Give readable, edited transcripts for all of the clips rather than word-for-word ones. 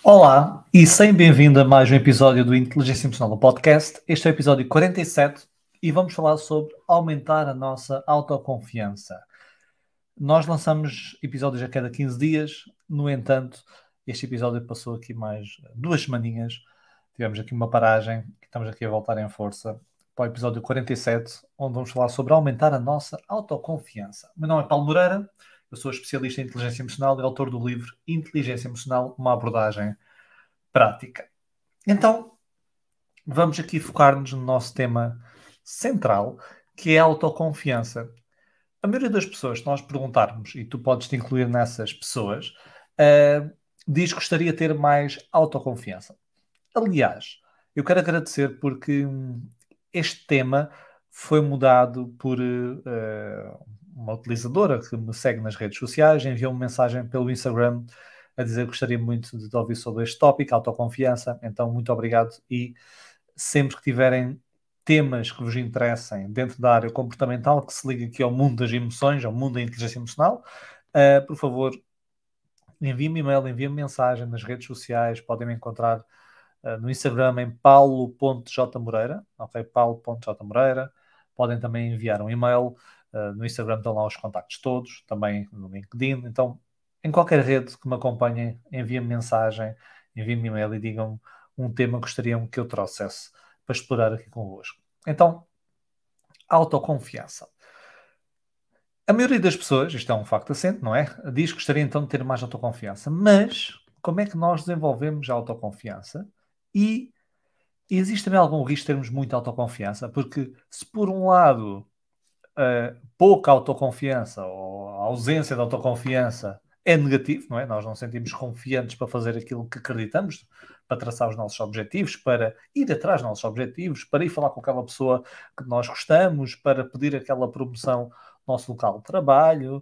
Olá e bem-vindo a mais um episódio do Inteligência Emocional do Podcast. Este é o episódio 47 e vamos falar sobre aumentar a nossa autoconfiança. Nós lançamos episódios a cada 15 dias, no entanto, este episódio passou aqui mais 2 semaninhas. Tivemos aqui uma paragem e estamos aqui a voltar em força para o episódio 47, onde vamos falar sobre aumentar a nossa autoconfiança. Meu nome é Paulo Moreira. Eu sou especialista em inteligência emocional e autor do livro Inteligência Emocional, uma abordagem prática. Então, vamos aqui focar-nos no nosso tema central, que é a autoconfiança. A maioria das pessoas, se nós perguntarmos, e tu podes te incluir nessas pessoas, diz que gostaria de ter mais autoconfiança. Aliás, eu quero agradecer porque este tema foi mudado por uma utilizadora que me segue nas redes sociais, enviou uma mensagem pelo Instagram a dizer que gostaria muito de ouvir sobre este tópico, autoconfiança. Então, muito obrigado e sempre que tiverem temas que vos interessem dentro da área comportamental, que se liga aqui ao mundo das emoções, ao mundo da inteligência emocional, por favor, enviem-me e-mail, enviem-me mensagem nas redes sociais, podem me encontrar no Instagram em paulo.jmoreira, ok? Paulo.jmoreira. Podem também enviar um e-mail. No Instagram estão lá os contactos todos, também no LinkedIn. Então, em qualquer rede que me acompanhem, enviem-me mensagem, enviem-me e-mail e digam um tema que gostariam que eu trouxesse para explorar aqui convosco. Então, autoconfiança. A maioria das pessoas, isto é um facto assente, não é? Diz que gostaria então de ter mais autoconfiança. Mas como é que nós desenvolvemos a autoconfiança? E existe também algum risco de termos muita autoconfiança? Porque se por um lado pouca autoconfiança ou a ausência de autoconfiança é negativo, não é? Nós não sentimos confiantes para fazer aquilo que acreditamos, para traçar os nossos objetivos, para ir atrás dos nossos objetivos, para ir falar com aquela pessoa que nós gostamos, para pedir aquela promoção no nosso local de trabalho.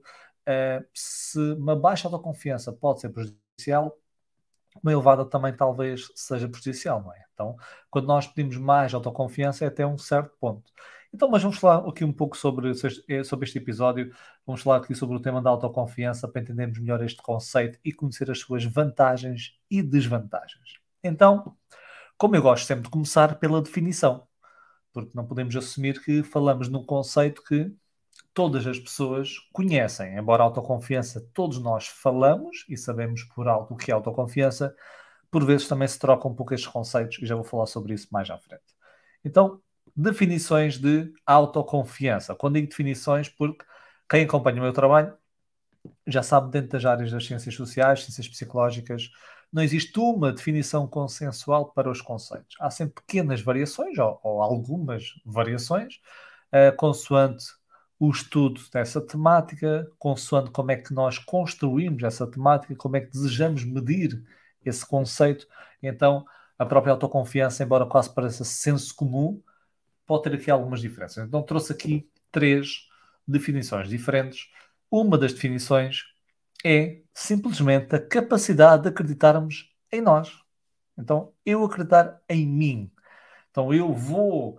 Se uma baixa autoconfiança pode ser prejudicial, uma elevada também talvez seja prejudicial, não é? Então, quando nós pedimos mais autoconfiança é até um certo ponto. Então, mas vamos falar aqui um pouco sobre este episódio, vamos falar aqui sobre o tema da autoconfiança para entendermos melhor este conceito e conhecer as suas vantagens e desvantagens. Então, como eu gosto sempre de começar pela definição, porque não podemos assumir que falamos num conceito que todas as pessoas conhecem, embora a autoconfiança todos nós falamos e sabemos por alto o que é autoconfiança, por vezes também se trocam um pouco estes conceitos e já vou falar sobre isso mais à frente. Então, definições de autoconfiança. Quando digo definições, porque quem acompanha o meu trabalho já sabe, dentro das áreas das ciências sociais, ciências psicológicas, não existe uma definição consensual para os conceitos. Há sempre pequenas variações, ou algumas variações, consoante o estudo dessa temática, consoante como é que nós construímos essa temática, como é que desejamos medir esse conceito. Então, a própria autoconfiança, embora quase pareça senso comum, pode ter aqui algumas diferenças. Então, trouxe aqui 3 definições diferentes. Uma das definições é simplesmente a capacidade de acreditarmos em nós. Então, eu acreditar em mim. Então, eu vou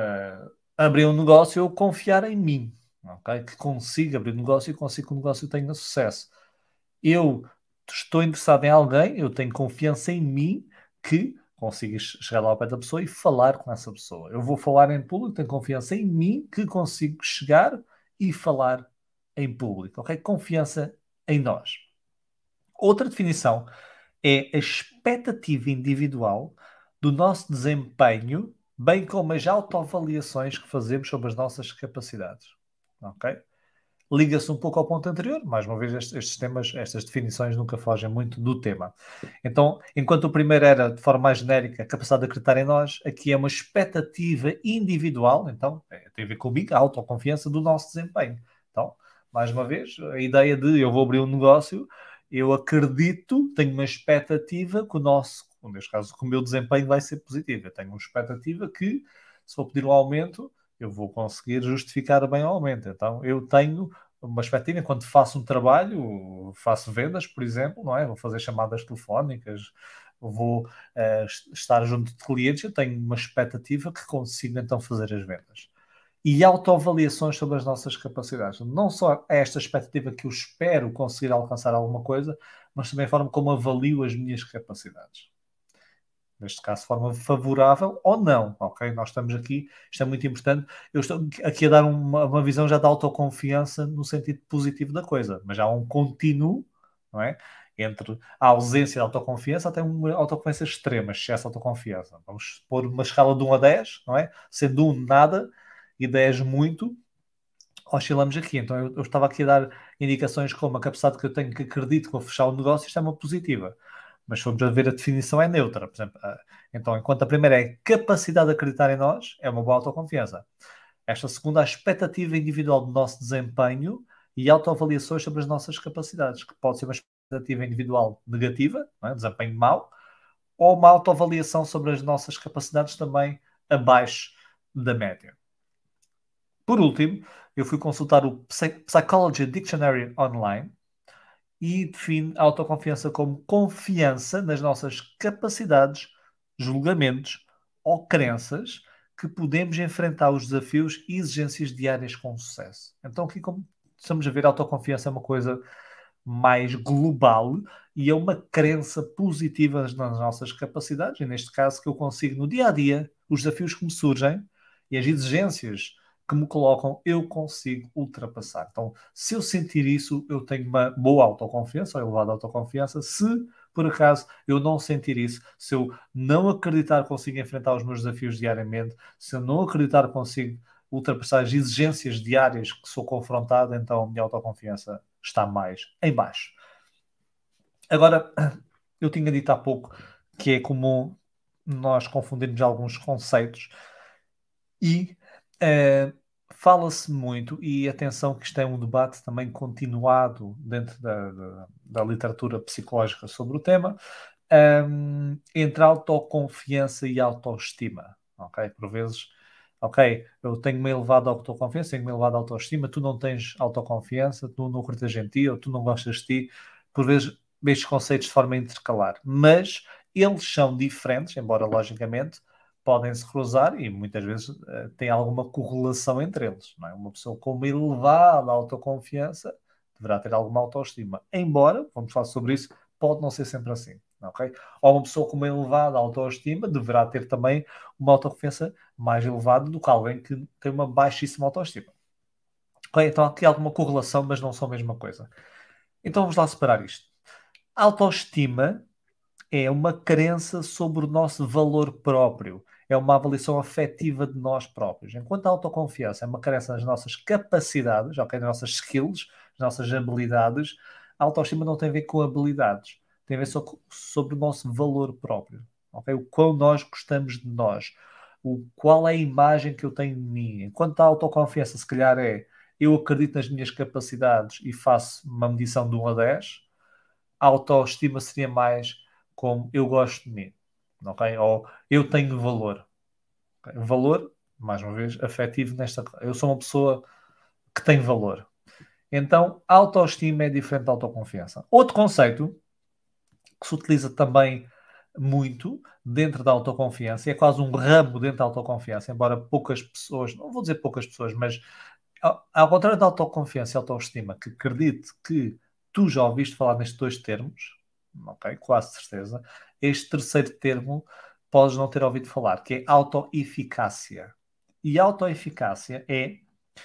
abrir um negócio, eu confiar em mim. Okay? Que consiga abrir um negócio e consigo que o negócio tenha sucesso. Eu estou interessado em alguém, eu tenho confiança em mim que consigo chegar lá ao pé da pessoa e falar com essa pessoa. Eu vou falar em público, tenho confiança em mim que consigo chegar e falar em público. Ok? Confiança em nós. Outra definição é a expectativa individual do nosso desempenho, bem como as autoavaliações que fazemos sobre as nossas capacidades. Ok? Liga-se um pouco ao ponto anterior. Mais uma vez, estes temas, estas definições nunca fogem muito do tema. Então, enquanto o primeiro era, de forma mais genérica, a capacidade de acreditar em nós, aqui é uma expectativa individual, então, tem a ver comigo, a autoconfiança do nosso desempenho. Então, mais uma vez, a ideia de eu vou abrir um negócio, eu acredito, tenho uma expectativa que neste caso, que o meu desempenho vai ser positivo. Eu tenho uma expectativa que, se for pedir um aumento, eu vou conseguir justificar bem o aumento. Então, eu tenho uma expectativa, enquanto faço um trabalho, faço vendas, por exemplo, não é? Vou fazer chamadas telefónicas, vou estar junto de clientes, eu tenho uma expectativa que consigo então fazer as vendas. E autoavaliações sobre as nossas capacidades. Não só é esta expectativa que eu espero conseguir alcançar alguma coisa, mas também a forma como avalio as minhas capacidades. Neste caso, de forma favorável ou não, ok? Nós estamos aqui, isto é muito importante. Eu estou aqui a dar uma visão já da autoconfiança no sentido positivo da coisa, mas há um contínuo, não é? Entre a ausência de autoconfiança até uma autoconfiança extrema, excesso de autoconfiança. Vamos pôr uma escala de 1 a 10, não é? Sendo 1 nada e 10 muito, oscilamos aqui. Então eu estava aqui a dar indicações como a capacidade que eu tenho, que acredito que vou fechar o negócio, isto é uma positiva. Mas se formos a ver, a definição é neutra. Por exemplo, então, enquanto a primeira é a capacidade de acreditar em nós, é uma boa autoconfiança. Esta segunda, a expectativa individual do nosso desempenho e autoavaliações sobre as nossas capacidades, que pode ser uma expectativa individual negativa, não é? Desempenho mau, ou uma autoavaliação sobre as nossas capacidades também abaixo da média. Por último, eu fui consultar o Psychology Dictionary online e define a autoconfiança como confiança nas nossas capacidades, julgamentos ou crenças que podemos enfrentar os desafios e exigências diárias com sucesso. Então, aqui, como estamos a ver, a autoconfiança é uma coisa mais global e é uma crença positiva nas nossas capacidades, e neste caso que eu consigo no dia a dia, os desafios que me surgem e as exigências que me colocam, eu consigo ultrapassar. Então, se eu sentir isso, eu tenho uma boa autoconfiança, ou elevada autoconfiança. Se, por acaso, eu não sentir isso, se eu não acreditar que consigo enfrentar os meus desafios diariamente, se eu não acreditar que consigo ultrapassar as exigências diárias que sou confrontado, então a minha autoconfiança está mais em baixo. Agora, eu tinha dito há pouco que é comum nós confundirmos alguns conceitos e fala-se muito, e atenção que isto é um debate também continuado dentro da literatura psicológica sobre o tema, entre autoconfiança e autoestima, ok? Por vezes, ok, eu tenho uma elevada autoconfiança, tenho uma elevada autoestima, tu não tens autoconfiança, tu não acreditas em ti, ou tu não gostas de ti, por vezes estes conceitos de forma intercalar, mas eles são diferentes, embora logicamente podem se cruzar e muitas vezes tem alguma correlação entre eles, não é? Uma pessoa com uma elevada autoconfiança deverá ter alguma autoestima, embora, vamos falar sobre isso, pode não ser sempre assim, ok? Ou uma pessoa com uma elevada autoestima deverá ter também uma autoconfiança mais elevada do que alguém que tem uma baixíssima autoestima. Ok? Então há aqui alguma correlação, mas não são a mesma coisa. Então vamos lá separar isto. A autoestima é uma crença sobre o nosso valor próprio. É uma avaliação afetiva de nós próprios. Enquanto a autoconfiança é uma crença nas nossas capacidades, ok? Nas nossas skills, nas nossas habilidades, a autoestima não tem a ver com habilidades. Tem a ver sobre o nosso valor próprio. Ok? O quão nós gostamos de nós. Qual é a imagem que eu tenho de mim. Enquanto a autoconfiança, se calhar, é eu acredito nas minhas capacidades e faço uma medição de 1 a 10, a autoestima seria mais como eu gosto de mim, ok? Ou eu tenho valor. Ok? Valor, mais uma vez, afetivo nesta. Eu sou uma pessoa que tem valor. Então, autoestima é diferente da autoconfiança. Outro conceito que se utiliza também muito dentro da autoconfiança, e é quase um ramo dentro da autoconfiança, embora poucas pessoas, não vou dizer poucas pessoas, mas ao contrário da autoconfiança e autoestima, que acredito que tu já ouviste falar nestes dois termos, ok, quase certeza, este terceiro termo podes não ter ouvido falar, que é autoeficácia. E autoeficácia é,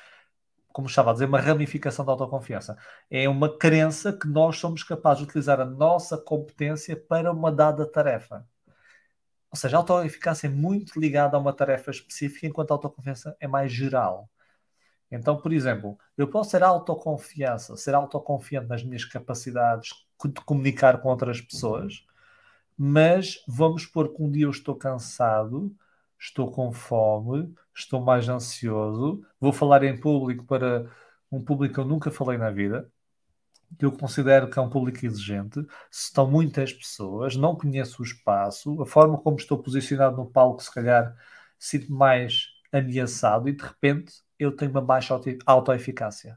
como estava a dizer, uma ramificação da autoconfiança. É uma crença que nós somos capazes de utilizar a nossa competência para uma dada tarefa. Ou seja, a autoeficácia é muito ligada a uma tarefa específica, enquanto a autoconfiança é mais geral. Então, por exemplo, eu posso ser autoconfiante nas minhas capacidades de comunicar com outras pessoas, mas vamos supor que um dia eu estou cansado, estou com fome, estou mais ansioso, vou falar em público para um público que eu nunca falei na vida, que eu considero que é um público exigente, se estão muitas pessoas, não conheço o espaço, a forma como estou posicionado no palco, se calhar sinto mais ameaçado e de repente eu tenho uma baixa autoeficácia.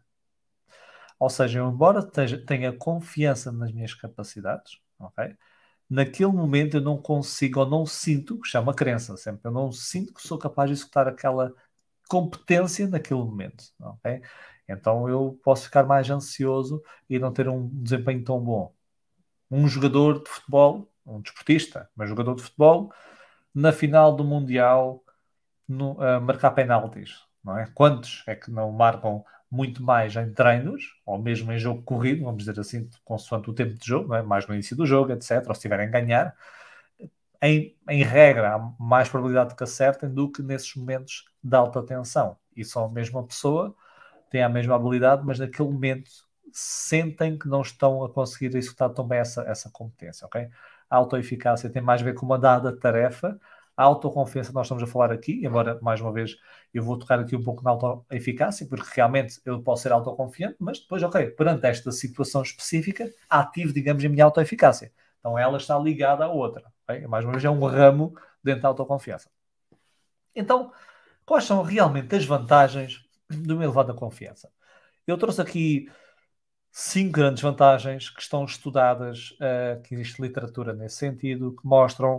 Ou seja, eu, embora tenha confiança nas minhas capacidades, ok? Naquele momento eu não consigo ou não sinto, que chama crença sempre, eu não sinto que sou capaz de executar aquela competência naquele momento, ok? Então eu posso ficar mais ansioso e não ter um desempenho tão bom. um jogador de futebol, um desportista, mas jogador de futebol, na final do Mundial, marcar penaltis, não é? Quantos é que não marcam muito mais em treinos, ou mesmo em jogo corrido, vamos dizer assim, consoante o tempo de jogo, não é? Mais no início do jogo, etc., ou se tiverem a ganhar, em regra, há mais probabilidade de que acertem do que nesses momentos de alta tensão. E são a mesma pessoa, têm a mesma habilidade, mas naquele momento sentem que não estão a conseguir executar tão bem essa competência, ok? A autoeficácia tem mais a ver com uma dada tarefa. A autoconfiança nós estamos a falar aqui, embora, mais uma vez, eu vou tocar aqui um pouco na autoeficácia, porque realmente eu posso ser autoconfiante, mas depois, ok, perante esta situação específica, ativo, digamos, a minha autoeficácia. Então ela está ligada à outra. Okay? Mais uma vez, é um ramo dentro da autoconfiança. Então, quais são realmente as vantagens de uma elevada confiança? Eu trouxe aqui 5 grandes vantagens que estão estudadas, que existe literatura nesse sentido, que mostram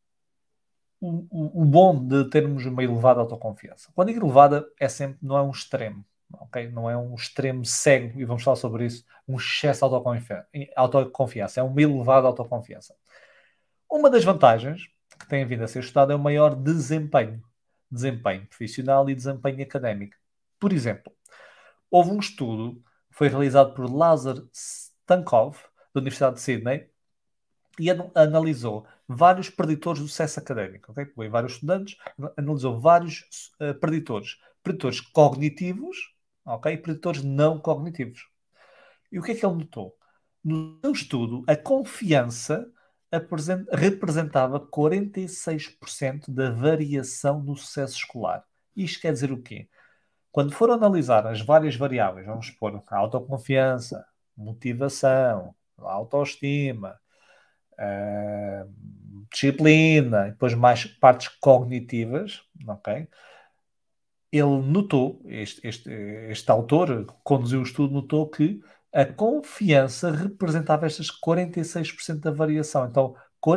o bom de termos uma elevada autoconfiança. Quando digo elevada, não é um extremo, ok? Não é um extremo cego, e vamos falar sobre isso, um excesso de autoconfiança. É uma elevada autoconfiança. Uma das vantagens que tem vindo a ser estudada é o maior desempenho profissional e desempenho académico. Por exemplo, houve um estudo que foi realizado por Lazar Stankov, da Universidade de Sydney, e analisou vários preditores do sucesso académico. Okay? Foi vários estudantes, analisou vários preditores cognitivos, okay? E preditores não cognitivos. E o que é que ele notou? No seu estudo, a confiança representava 46% da variação no sucesso escolar. Isto quer dizer o quê? Quando foram analisar as várias variáveis, vamos supor a autoconfiança, motivação, a autoestima, disciplina, e depois mais partes cognitivas, ok? Ele notou, este autor que conduziu o estudo, notou que a confiança representava estas 46% da variação. Então,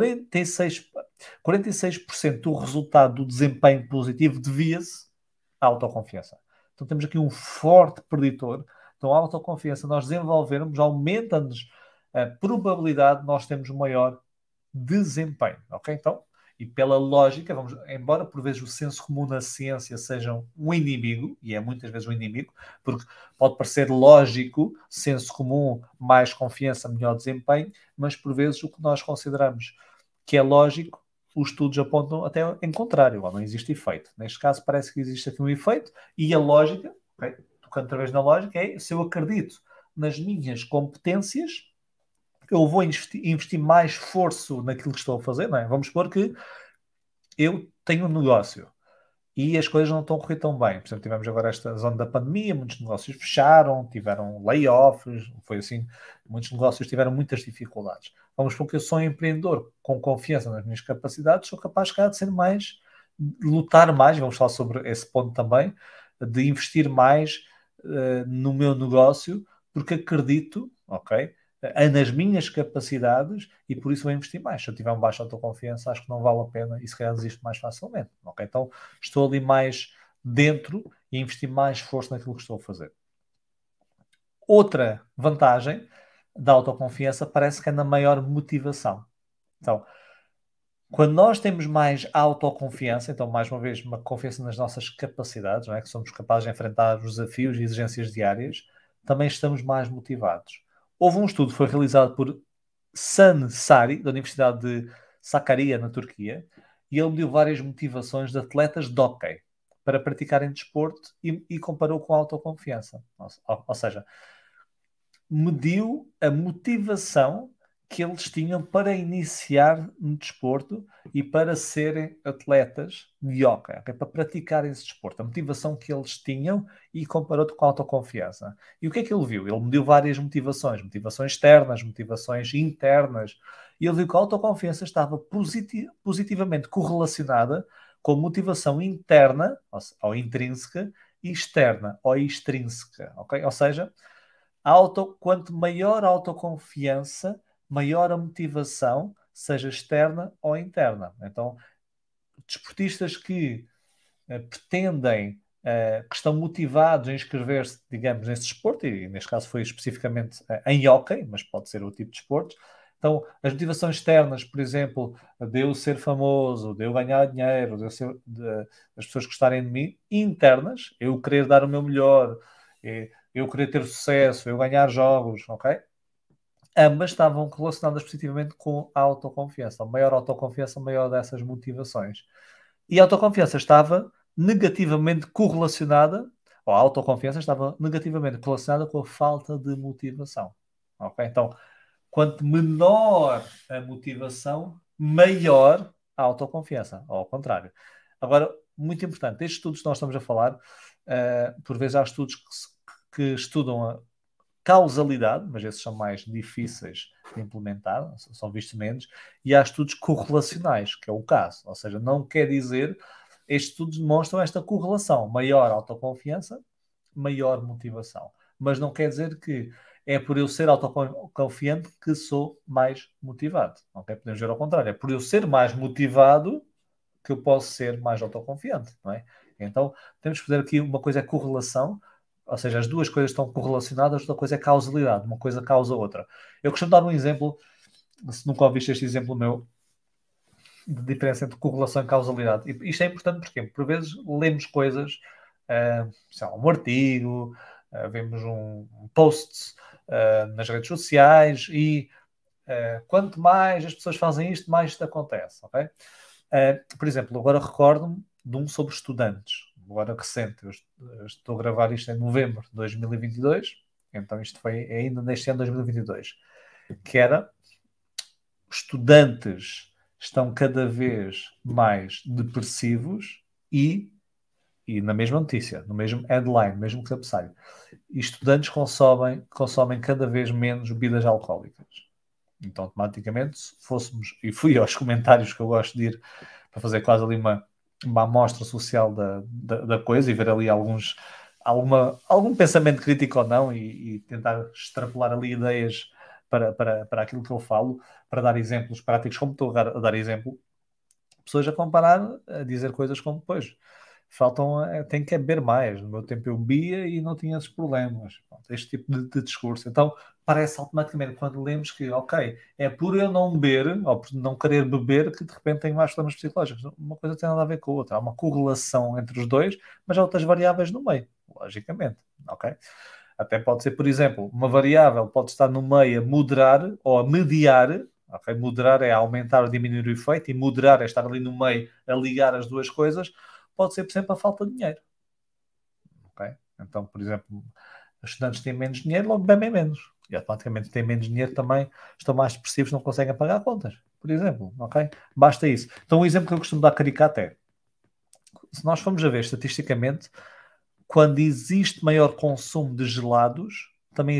46% do resultado do desempenho positivo devia-se à autoconfiança. Então, temos aqui um forte preditor. Então, a autoconfiança, nós desenvolvermos, aumenta-nos a probabilidade de nós termos um maior desempenho, ok? Então, e pela lógica, embora por vezes o senso comum na ciência seja um inimigo, e é muitas vezes um inimigo, porque pode parecer lógico, senso comum, mais confiança, melhor desempenho, mas por vezes o que nós consideramos que é lógico, os estudos apontam até em contrário, não existe efeito. Neste caso parece que existe aqui um efeito, e a lógica, okay, tocando outra vez na lógica, é se eu acredito nas minhas competências, eu vou investir mais esforço naquilo que estou a fazer, não é? Vamos supor que eu tenho um negócio e as coisas não estão a correr tão bem. Por exemplo, tivemos agora esta zona da pandemia, muitos negócios fecharam, tiveram layoffs, foi assim, muitos negócios tiveram muitas dificuldades. Vamos supor que eu sou um empreendedor com confiança nas minhas capacidades, sou capaz de ser mais, lutar mais, vamos falar sobre esse ponto também, de investir mais no meu negócio, porque acredito, ok? Nas minhas capacidades e por isso vou investir mais. Se eu tiver um baixo autoconfiança, acho que não vale a pena e se calhar desisto mais facilmente. Okay? Então estou ali mais dentro e investir mais esforço naquilo que estou a fazer. Outra vantagem da autoconfiança parece que é na maior motivação. Então, quando nós temos mais autoconfiança, então, mais uma vez, uma confiança nas nossas capacidades, não é? Que somos capazes de enfrentar os desafios e exigências diárias, também estamos mais motivados. Houve um estudo que foi realizado por San Sari, da Universidade de Sakarya, na Turquia, e ele mediu várias motivações de atletas de hóquei para praticarem desporto e comparou com a autoconfiança. Ou seja, mediu a motivação que eles tinham para iniciar no desporto e para serem atletas de hóquei, okay? Para praticarem esse desporto. A motivação que eles tinham e comparou com a autoconfiança. E o que é que ele viu? Ele mediu várias motivações externas, motivações internas, e ele viu que a autoconfiança estava positivamente correlacionada com motivação interna, ou intrínseca, e externa, ou extrínseca, ok? Ou seja, quanto maior a autoconfiança, maior a motivação, seja externa ou interna. Então, desportistas que pretendem, que estão motivados em inscrever-se, digamos, nesse desporto, e neste caso foi especificamente em hóquei, mas pode ser outro tipo de desporto, Então, as motivações externas, por exemplo, de eu ser famoso, de eu ganhar dinheiro, as pessoas gostarem de mim, e internas, eu querer dar o meu melhor, eu querer ter sucesso, eu ganhar jogos, ok? Ambas estavam relacionadas positivamente com a autoconfiança. A maior autoconfiança, maior dessas motivações. E a autoconfiança estava negativamente correlacionada, ou a autoconfiança estava negativamente relacionada com a falta de motivação. Ok? Então, quanto menor a motivação, maior a autoconfiança, ou ao contrário. Agora, muito importante, estes estudos que nós estamos a falar, por vezes há estudos que estudam a causalidade, mas esses são mais difíceis de implementar, são vistos menos, e há estudos correlacionais, que é o caso. Ou seja, não quer dizer, estes estudos demonstram esta correlação, maior autoconfiança, maior motivação. Mas não quer dizer que é por eu ser autoconfiante que sou mais motivado. Ok? Podemos ver ao contrário, é por eu ser mais motivado que eu posso ser mais autoconfiante, não é? Então, temos que fazer aqui uma coisa é correlação, ou seja, as duas coisas estão correlacionadas, outra coisa é causalidade, uma coisa causa a outra. Eu costumo dar um exemplo, se nunca ouviste este exemplo meu, de diferença entre correlação e causalidade. E isto é importante porque, por vezes, lemos coisas, sei lá, um artigo, vemos um post nas redes sociais e quanto mais as pessoas fazem isto, mais isto acontece, ok? Por exemplo, agora recordo-me de um sobre estudantes, agora recente. Eu estou a gravar isto em novembro de 2022, então isto foi ainda neste ano de 2022, que era estudantes estão cada vez mais depressivos e na mesma notícia, no mesmo headline, no mesmo cabeçalho, e estudantes consomem cada vez menos bebidas alcoólicas. Então, automaticamente, se fôssemos, e fui aos comentários que eu gosto de ir para fazer quase ali uma amostra social da coisa e ver ali algum pensamento crítico ou não e tentar extrapolar ali ideias para aquilo que eu falo, para dar exemplos práticos, como estou a dar exemplo, pessoas a comparar, a dizer coisas como depois. Tem que beber mais. No meu tempo eu bebia e não tinha esses problemas. Pronto, este tipo de discurso. Então, parece automaticamente quando lemos que, ok, é por eu não beber, ou por não querer beber, que de repente tenho mais problemas psicológicos. Uma coisa tem nada a ver com a outra. Há uma correlação entre os dois, mas há outras variáveis no meio, logicamente. Ok? Até pode ser, por exemplo, uma variável pode estar no meio a moderar ou a mediar. Ok? Moderar é aumentar ou diminuir o efeito, e moderar é estar ali no meio a ligar as duas coisas. Pode ser, por exemplo, a falta de dinheiro. Okay? Então, por exemplo, os estudantes têm menos dinheiro, logo bebem menos. E automaticamente têm menos dinheiro também, estão mais depressivos, não conseguem pagar contas, por exemplo. Okay? Basta isso. Então, um exemplo que eu costumo dar caricato é, se nós formos a ver estatisticamente, quando existe maior consumo de gelados,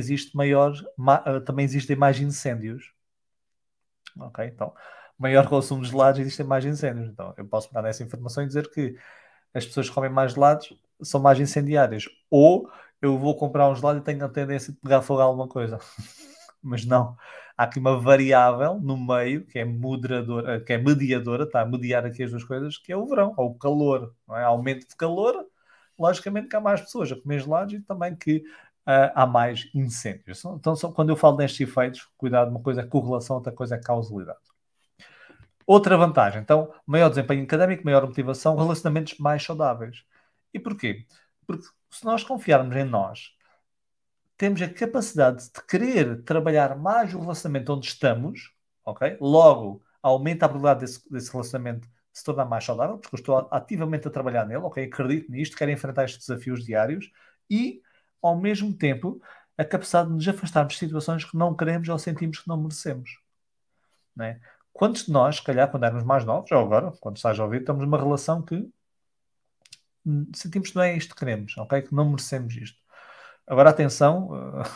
também existem mais incêndios. Ok? Então, maior consumo de gelados, existem mais incêndios. Então, eu posso pegar nessa informação e dizer que as pessoas que comem mais gelados são mais incendiárias. Ou eu vou comprar um gelado e tenho a tendência de pegar fogo a alguma coisa. Mas não. Há aqui uma variável no meio que é moderadora, que é mediadora, está a mediar aqui as duas coisas, que é o verão, ou o calor. Não é? Aumento de calor, logicamente que há mais pessoas a comer gelados e também que há mais incêndios. Então, quando eu falo nestes efeitos, cuidado, uma coisa é correlação, outra coisa é causalidade. Outra vantagem, então, maior desempenho académico, maior motivação, relacionamentos mais saudáveis. E porquê? Porque se nós confiarmos em nós, temos a capacidade de querer trabalhar mais o relacionamento onde estamos, ok? Logo, aumenta a probabilidade desse relacionamento se tornar mais saudável, porque eu estou ativamente a trabalhar nele, ok? Acredito nisto, quero enfrentar estes desafios diários e, ao mesmo tempo, a capacidade de nos afastarmos de situações que não queremos ou sentimos que não merecemos. Não é? Quantos de nós, se calhar, quando éramos mais novos, ou agora, quando estás a ouvir, estamos numa relação que sentimos que não é isto que queremos, ok? Que não merecemos isto. Agora, atenção,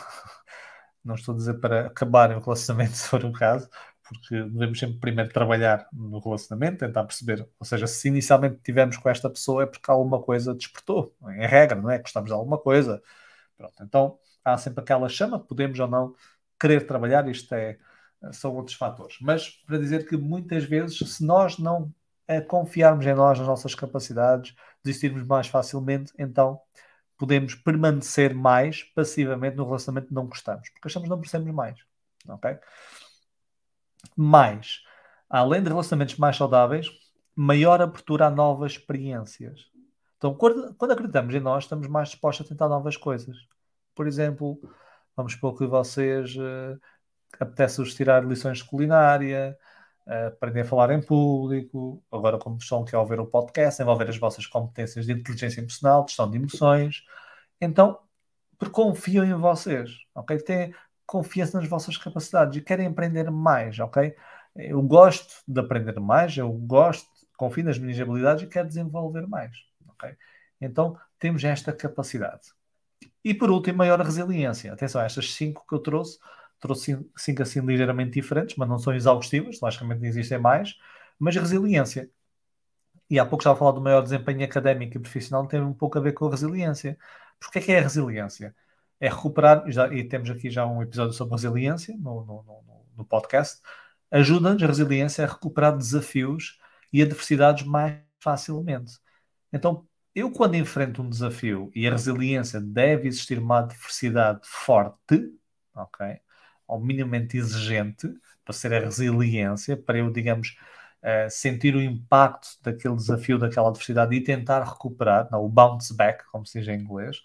não estou a dizer para acabar o relacionamento, se for o caso, porque devemos sempre primeiro trabalhar no relacionamento, tentar perceber, ou seja, se inicialmente estivermos com esta pessoa é porque alguma coisa despertou, em regra, não é? Gostamos de alguma coisa. Pronto, então, há sempre aquela chama, podemos ou não querer trabalhar, são outros fatores. Mas para dizer que muitas vezes, se nós não confiarmos em nós, nas nossas capacidades, desistirmos mais facilmente, então podemos permanecer mais passivamente no relacionamento que não gostamos, porque achamos que não percebemos mais. Ok? Mais, além de relacionamentos mais saudáveis, maior abertura a novas experiências. Então, quando acreditamos em nós, estamos mais dispostos a tentar novas coisas. Por exemplo, vamos supor que vocês apetece-vos tirar lições de culinária, aprender a falar em público, agora como estão aqui a ouvir o podcast, envolver as vossas competências de inteligência emocional, de gestão de emoções. Então, porque confiam em vocês, ok? Têm confiança nas vossas capacidades e querem aprender mais, ok? Eu gosto de aprender mais, eu gosto, confio nas minhas habilidades e quero desenvolver mais, ok? Então, temos esta capacidade. E por último, maior resiliência. Atenção, estas 5 que eu trouxe 5 assim ligeiramente diferentes, mas não são exaustivas, logicamente existem mais, mas resiliência. E há pouco estava a falar do maior desempenho académico e profissional, tem um pouco a ver com a resiliência. Porque o que é a resiliência? É recuperar, e temos aqui já um episódio sobre resiliência no podcast, ajuda-nos a resiliência a recuperar desafios e adversidades mais facilmente. Então, eu quando enfrento um desafio e a resiliência deve existir uma adversidade forte, ok? Ou minimamente exigente, para ser a resiliência, para eu, digamos, sentir o impacto daquele desafio, daquela adversidade e tentar recuperar, não, o bounce back, como se diz em inglês.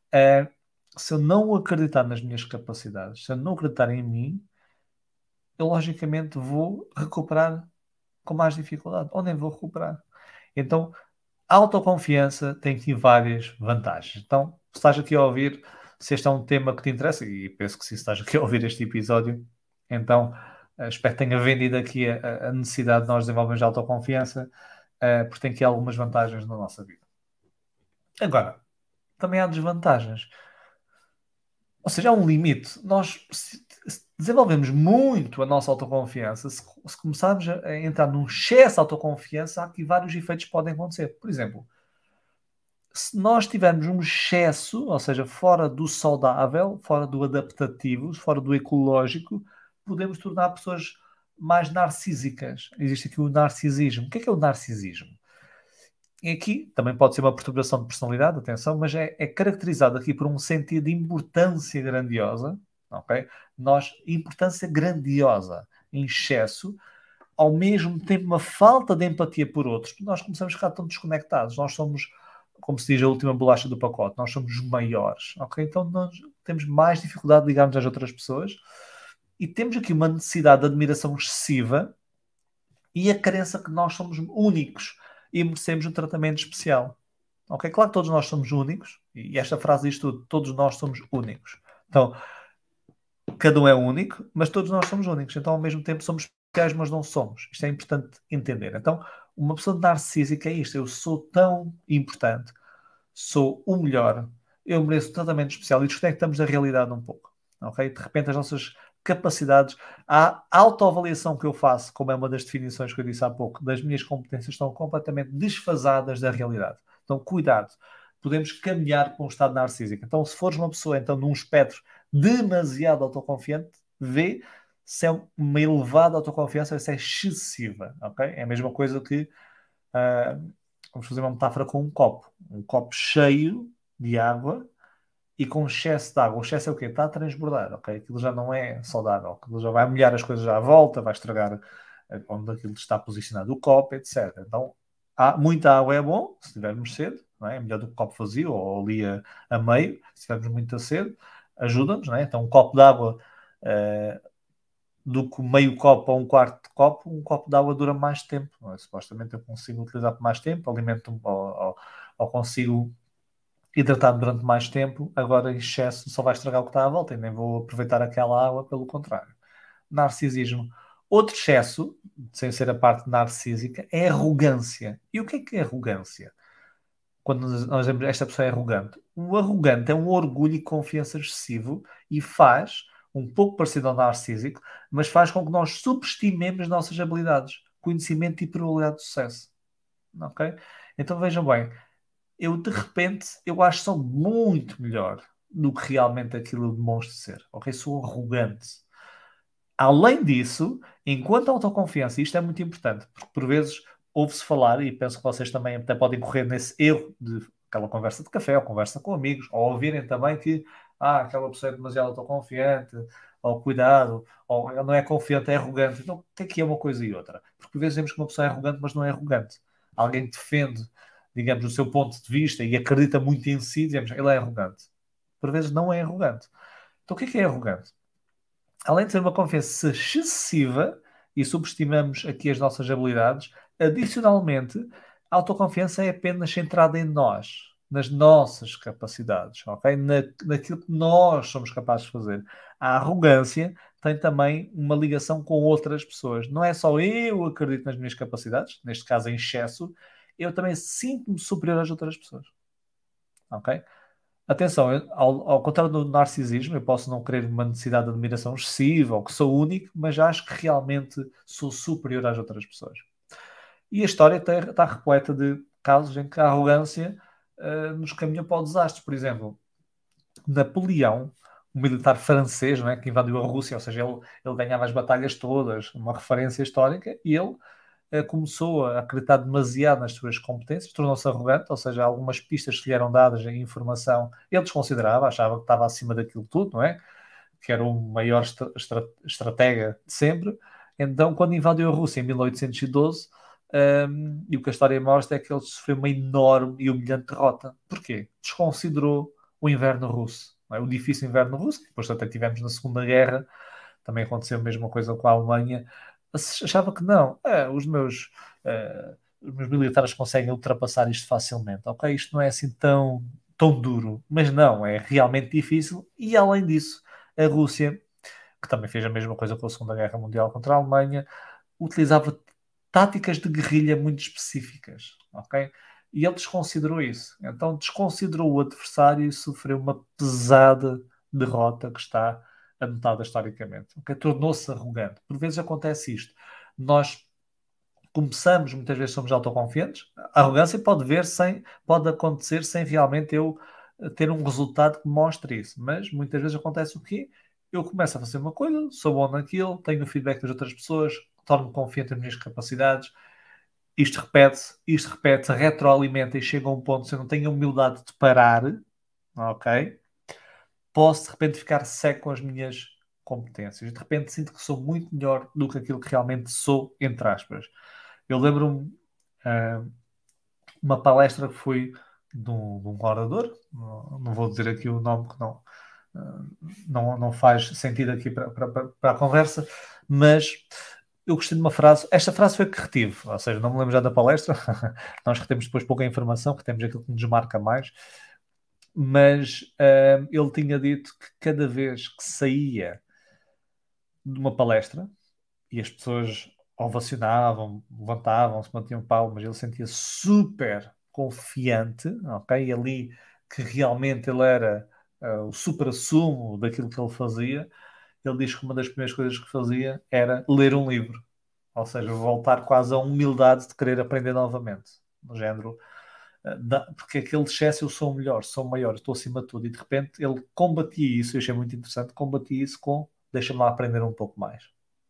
Se eu não acreditar nas minhas capacidades, se eu não acreditar em mim, eu logicamente vou recuperar com mais dificuldade, ou nem vou recuperar. Então, a autoconfiança tem aqui várias vantagens. Então, se estás aqui a ouvir, se este é um tema que te interessa, e penso que se estás aqui a ouvir este episódio, então espero que tenha vendido aqui a necessidade de nós desenvolvermos autoconfiança, porque tem aqui algumas vantagens na nossa vida. Agora, também há desvantagens. Ou seja, há um limite. Nós se desenvolvemos muito a nossa autoconfiança, se começarmos a entrar num excesso de autoconfiança, há aqui vários efeitos que podem acontecer. Por exemplo, se nós tivermos um excesso, ou seja, fora do saudável, fora do adaptativo, fora do ecológico, podemos tornar pessoas mais narcísicas. Existe aqui o narcisismo. O que é o narcisismo? E aqui também pode ser uma perturbação de personalidade, atenção, mas é caracterizado aqui por um sentido de importância grandiosa, ok? Importância grandiosa, em excesso, ao mesmo tempo uma falta de empatia por outros, porque nós começamos a ficar tão desconectados. Nós somos, como se diz, a última bolacha do pacote, nós somos os maiores, ok? Então nós temos mais dificuldade de ligar-nos às outras pessoas e temos aqui uma necessidade de admiração excessiva e a crença que nós somos únicos e merecemos um tratamento especial. Ok? Claro que todos nós somos únicos, e esta frase diz tudo, todos nós somos únicos. Então, cada um é único, mas todos nós somos únicos. Então, ao mesmo tempo, somos especiais, mas não somos. Isto é importante entender. Então, uma pessoa narcísica é isto. Eu sou tão importante, sou o melhor, eu mereço um tratamento especial e desconectamos da realidade um pouco. Ok? De repente, as nossas capacidades, a autoavaliação que eu faço, como é uma das definições que eu disse há pouco, das minhas competências estão completamente desfasadas da realidade. Então, cuidado. Podemos caminhar para um estado narcísico. Então, se fores uma pessoa, então, num espectro demasiado autoconfiante, vê se é uma elevada autoconfiança ou se é excessiva, ok? É a mesma coisa que, vamos fazer uma metáfora com um copo cheio de água e com excesso de água. O excesso é o quê? Está a transbordar, ok? Aquilo já não é saudável, aquilo já vai molhar as coisas à volta, vai estragar onde aquilo está posicionado o copo, etc. Então, muita água é bom, se tivermos sede, não é? É melhor do que copo vazio ou ali a meio, se tivermos muita sede, ajuda-nos, não é? Então, um copo de água do que meio copo ou um quarto de copo, um copo de água dura mais tempo, não é? Supostamente eu consigo utilizar por mais tempo, alimento ou consigo hidratar durante mais tempo, agora em excesso só vai estragar o que está à volta e nem vou aproveitar aquela água, pelo contrário. Narcisismo. Outro excesso, sem ser a parte narcísica, é arrogância. E o que é arrogância? Quando nós dizemos esta pessoa é arrogante. O arrogante é um orgulho e confiança excessivo e faz, um pouco parecido ao narcísico, mas faz com que nós subestimemos as nossas habilidades, conhecimento e probabilidade de sucesso. Ok? Então vejam bem, eu de repente eu acho que sou muito melhor do que realmente aquilo demonstra ser. Ok? Sou arrogante. Além disso, enquanto autoconfiança, isto é muito importante, porque por vezes ouve-se falar, e penso que vocês também até podem correr nesse erro de aquela conversa de café, ou conversa com amigos, ou ouvirem também que aquela pessoa é demasiado autoconfiante, ou cuidado, ou ele não é confiante, é arrogante. Então, o que é uma coisa e outra? Porque por vezes vemos que uma pessoa é arrogante, mas não é arrogante. Alguém que defende, digamos, o seu ponto de vista e acredita muito em si, dizemos, ele é arrogante. Por vezes não é arrogante. Então, o que é arrogante? Além de ser uma confiança excessiva, e subestimamos aqui as nossas habilidades, adicionalmente, a autoconfiança é apenas centrada em nós, nas nossas capacidades, ok? Naquilo que nós somos capazes de fazer. A arrogância tem também uma ligação com outras pessoas. Não é só eu acredito nas minhas capacidades, neste caso em excesso, eu também sinto-me superior às outras pessoas, ok? Atenção, ao contrário do narcisismo, eu posso não querer uma necessidade de admiração excessiva ou que sou único, mas acho que realmente sou superior às outras pessoas. E a história está repleta de casos em que a arrogância nos caminhou para o desastre. Por exemplo, Napoleão, um militar francês, não é, que invadiu a Rússia, ou seja, ele ganhava as batalhas todas, uma referência histórica, e ele começou a acreditar demasiado nas suas competências, tornou-se arrogante, ou seja, algumas pistas que lhe eram dadas em informação, ele desconsiderava, achava que estava acima daquilo tudo, não é? Que era o maior estratega de sempre. Então, quando invadiu a Rússia em 1812, e o que a história mostra é que ele sofreu uma enorme e humilhante derrota. Porquê? Desconsiderou o inverno russo, não é? O difícil inverno russo, que depois até tivemos na Segunda Guerra, também aconteceu a mesma coisa com a Alemanha. Achava que não, os meus militares conseguem ultrapassar isto facilmente, ok? Isto não é assim tão duro, mas não, é realmente difícil. E além disso, a Rússia, que também fez a mesma coisa com a Segunda Guerra Mundial contra a Alemanha, utilizava táticas de guerrilha muito específicas, ok? E ele desconsiderou isso. Então desconsiderou o adversário e sofreu uma pesada derrota que está anotada historicamente. Okay? Tornou-se arrogante. Por vezes acontece isto. Nós começamos, muitas vezes somos autoconfiantes. A arrogância pode acontecer sem realmente eu ter um resultado que mostre isso. Mas muitas vezes acontece o quê? Eu começo a fazer uma coisa, sou bom naquilo, tenho o feedback das outras pessoas, torno-me confiante nas minhas capacidades. Isto repete, retroalimenta e chega a um ponto, se eu não tenho a humildade de parar, ok? Posso de repente ficar cego com as minhas competências. De repente sinto que sou muito melhor do que aquilo que realmente sou, entre aspas. Eu lembro-me uma palestra que fui de um orador, não vou dizer aqui o nome que não faz sentido aqui para a conversa, mas eu gostei de uma frase. Esta frase foi que retive, ou seja, não me lembro já da palestra. Nós retemos depois pouca informação, retemos aquilo que nos marca mais. Mas ele tinha dito que cada vez que saía de uma palestra e as pessoas ovacionavam, levantavam-se, mantinham palmas, ele sentia super confiante, ok? E ali que realmente ele era o supra-sumo daquilo que ele fazia. Ele diz que uma das primeiras coisas que fazia era ler um livro, ou seja, voltar quase à humildade de querer aprender novamente, no género, porque aquele excesso eu sou melhor, sou maior, estou acima de tudo, e de repente ele combatia isso, eu achei muito interessante, combatia isso com deixa-me lá aprender um pouco mais.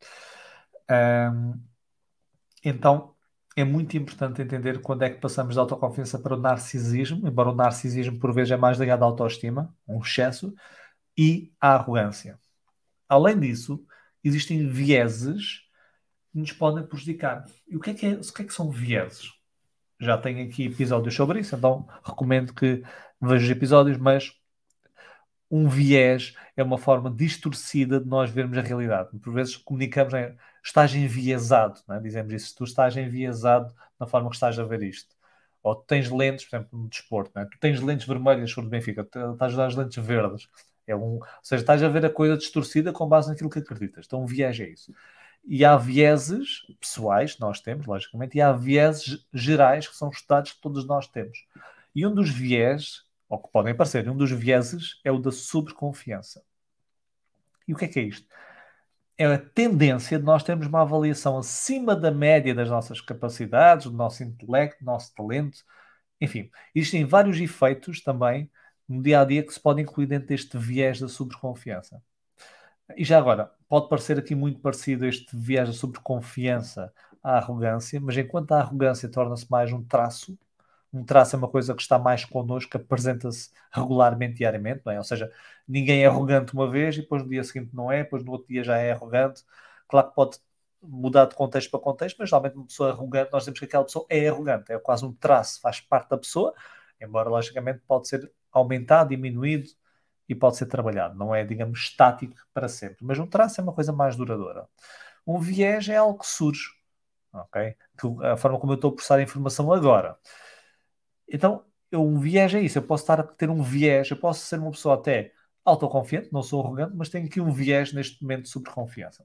Então é muito importante entender quando é que passamos da autoconfiança para o narcisismo, embora o narcisismo por vezes é mais ligado à autoestima, um excesso, e à arrogância. Além disso, existem vieses que nos podem prejudicar. E o que é que são vieses? Já tenho aqui episódios sobre isso, então recomendo que veja os episódios, mas um viés é uma forma distorcida de nós vermos a realidade. Por vezes comunicamos, né, estás enviesado, né? Dizemos isso, tu estás enviesado na forma que estás a ver isto. Ou tu tens lentes, por exemplo, no desporto, né? Tu tens lentes vermelhas sobre o Benfica, estás a usar as lentes verdes. Ou seja, estás a ver a coisa distorcida com base naquilo que acreditas. Então, um viés é isso. E há vieses pessoais que nós temos, logicamente, e há vieses gerais que são estudados que todos nós temos. E um dos viés, ou que podem aparecer, um dos vieses é o da sobreconfiança. E o que é isto? É a tendência de nós termos uma avaliação acima da média das nossas capacidades, do nosso intelecto, do nosso talento, enfim. Existem vários efeitos também no dia a dia que se podem incluir dentro deste viés da sobreconfiança. E já agora, pode parecer aqui muito parecido este viés da sobreconfiança à arrogância, mas enquanto a arrogância torna-se mais um traço, Um traço é uma coisa que está mais connosco, que apresenta-se regularmente, diariamente, não é? Ou seja, ninguém é arrogante uma vez e depois no dia seguinte não é, depois no outro dia já é arrogante. Claro que pode mudar de contexto para contexto, mas geralmente uma pessoa arrogante, nós dizemos que aquela pessoa é arrogante, é quase um traço, faz parte da pessoa, embora logicamente pode ser aumentado, diminuído e pode ser trabalhado. Não é, digamos, estático para sempre. Mas um traço é uma coisa mais duradoura. Um viés é algo que surge, ok? A forma como eu estou a processar a informação agora. Então, um viés é isso. Eu posso estar a ter um viés, eu posso ser uma pessoa até autoconfiante, não sou arrogante, mas tenho aqui um viés neste momento sobre confiança.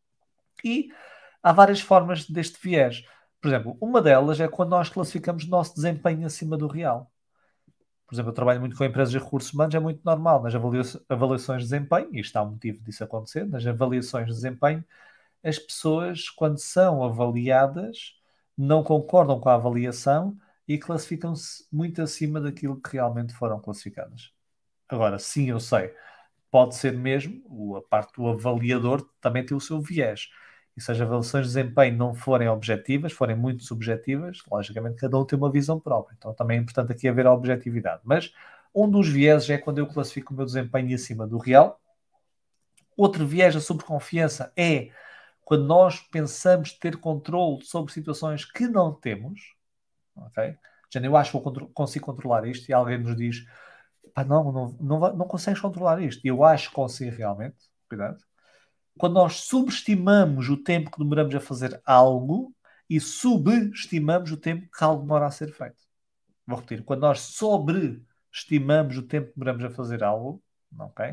E há várias formas deste viés. Por exemplo, uma delas é quando nós classificamos o nosso desempenho acima do real. Por exemplo, eu trabalho muito com empresas de recursos humanos, é muito normal nas avaliações de desempenho, e está um motivo disso acontecer, nas avaliações de desempenho, as pessoas, quando são avaliadas, não concordam com a avaliação e classificam-se muito acima daquilo que realmente foram classificadas. Agora, sim, eu sei, pode ser mesmo, a parte do avaliador também tem o seu viés. E se as avaliações de desempenho não forem objetivas, forem muito subjetivas, logicamente cada um tem uma visão própria. Então também é importante aqui haver a objetividade. Mas um dos vieses é quando eu classifico o meu desempenho acima do real. Outro viés da sobreconfiança é quando nós pensamos ter controle sobre situações que não temos, ok? Já eu acho que consigo controlar isto e alguém nos diz, pá, não consegues controlar isto. E eu acho que consigo realmente, cuidado. Quando nós subestimamos o tempo que demoramos a fazer algo e subestimamos o tempo que algo demora a ser feito. Vou repetir. Quando nós sobreestimamos o tempo que demoramos a fazer algo, ok?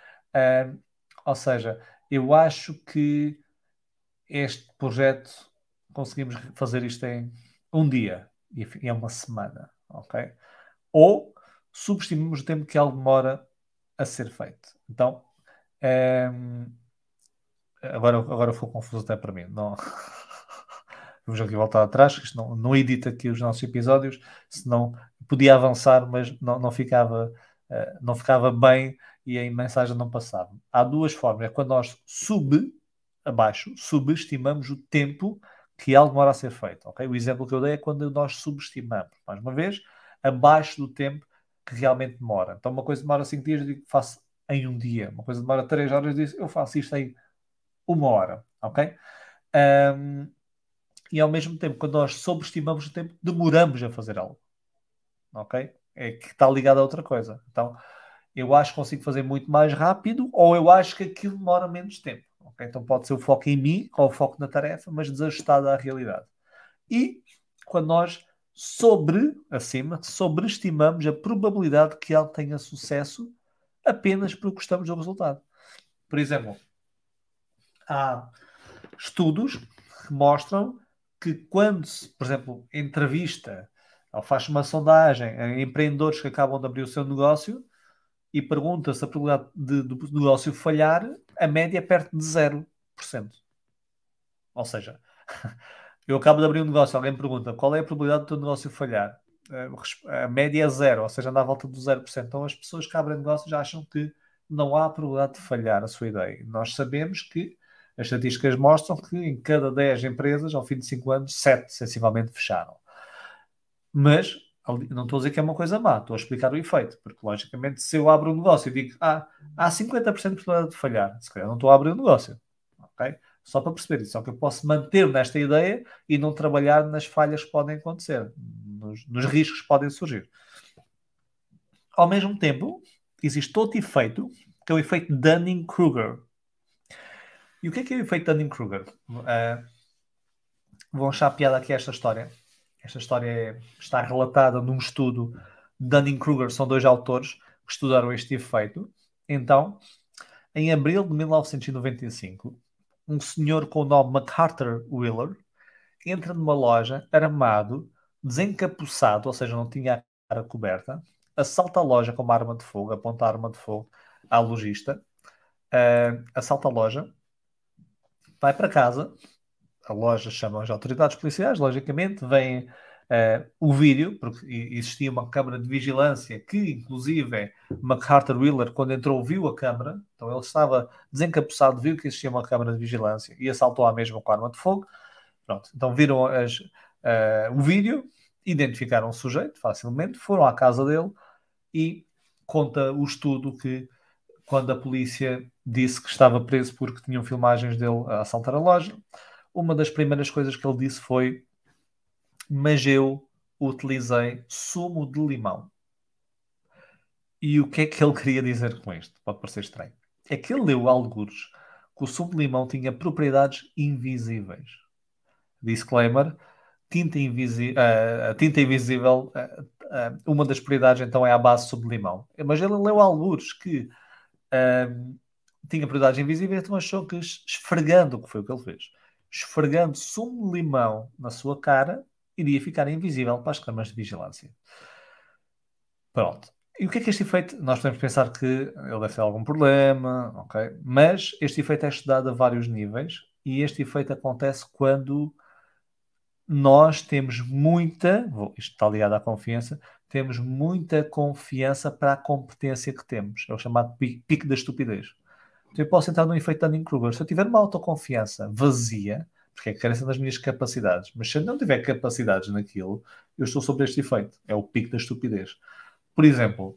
Ou seja, eu acho que este projeto conseguimos fazer isto em um dia e é uma semana, ok? Ou subestimamos o tempo que algo demora a ser feito. Então, agora ficou confuso até para mim. Não... Vamos aqui voltar atrás, que isto não edita aqui os nossos episódios, senão podia avançar, mas não ficava bem e a mensagem não passava. Há duas formas. É quando nós subestimamos o tempo que algo demora a ser feito. Okay? O exemplo que eu dei é quando nós subestimamos, mais uma vez, abaixo do tempo que realmente demora. Então, uma coisa demora 5 dias, eu digo que faço em um dia. Uma coisa demora 3 horas, eu digo eu faço isto em uma hora. Ok? E ao mesmo tempo, quando nós sobreestimamos o tempo, demoramos a fazer algo. Ok? É que está ligado a outra coisa. Então, eu acho que consigo fazer muito mais rápido ou eu acho que aquilo demora menos tempo. Okay? Então pode ser o foco em mim ou o foco na tarefa, mas desajustado à realidade. E quando nós sobreestimamos a probabilidade que algo tenha sucesso apenas porque gostamos do resultado. Por exemplo, há estudos que mostram que quando se, por exemplo, entrevista ou faz uma sondagem a empreendedores que acabam de abrir o seu negócio e pergunta se a probabilidade do negócio falhar, a média é perto de 0%. Ou seja, eu acabo de abrir um negócio, alguém me pergunta qual é a probabilidade do teu negócio falhar? A média é 0, ou seja, anda à volta do 0%. Então as pessoas que abrem negócios acham que não há probabilidade de falhar a sua ideia. Nós sabemos que as estatísticas mostram que em cada 10 empresas, ao fim de 5 anos, 7 sensivelmente fecharam. Mas não estou a dizer que é uma coisa má, estou a explicar o efeito, porque logicamente se eu abro um negócio e digo há 50% de probabilidade de falhar, se calhar não estou a abrir um negócio, ok? Só para perceber isso, só que eu posso manter nesta ideia e não trabalhar nas falhas que podem acontecer, nos riscos que podem surgir. Ao mesmo tempo, existe outro efeito, que é o efeito Dunning-Kruger. E o que é o efeito Dunning-Kruger? Vão achar piada aqui esta história. Esta história está relatada num estudo de Dunning-Kruger, são dois autores que estudaram este efeito. Então, em abril de 1995, um senhor com o nome MacArthur Wheeler entra numa loja armado, desencapuçado, ou seja, não tinha a cara coberta, assalta a loja com uma arma de fogo, aponta a arma de fogo à lojista, assalta a loja, vai para casa, a loja chama as autoridades policiais, logicamente, vem o vídeo, porque existia uma câmara de vigilância que, inclusive, MacArthur Wheeler, quando entrou, viu a câmara, então ele estava desencapuçado, viu que existia uma câmara de vigilância e assaltou à mesma com a arma de fogo. Pronto, então viram o vídeo, identificaram o sujeito facilmente, foram à casa dele e conta o estudo que quando a polícia disse que estava preso porque tinham filmagens dele a assaltar a loja, uma das primeiras coisas que ele disse foi: mas eu utilizei sumo de limão. E o que é que ele queria dizer com isto? Pode parecer estranho. É que ele leu algures que o sumo de limão tinha propriedades invisíveis. Disclaimer: a tinta invisível, uma das propriedades então é a base de sumo de limão. Mas ele leu algures que tinha propriedades invisíveis, então achou que esfregando, que foi o que ele fez, esfregando sumo de limão na sua cara, iria ficar invisível para as câmaras de vigilância. Pronto. E o que é que este efeito? Nós podemos pensar que ele deve ter algum problema, ok? Mas este efeito é estudado a vários níveis e este efeito acontece quando nós temos isto está ligado à confiança, temos muita confiança para a competência que temos. É o chamado pico da estupidez. Então eu posso entrar num efeito Dunning-Kruger. Se eu tiver uma autoconfiança vazia, porque é carência das minhas capacidades, mas se eu não tiver capacidades naquilo, eu estou sobre este efeito. É o pico da estupidez. Por exemplo,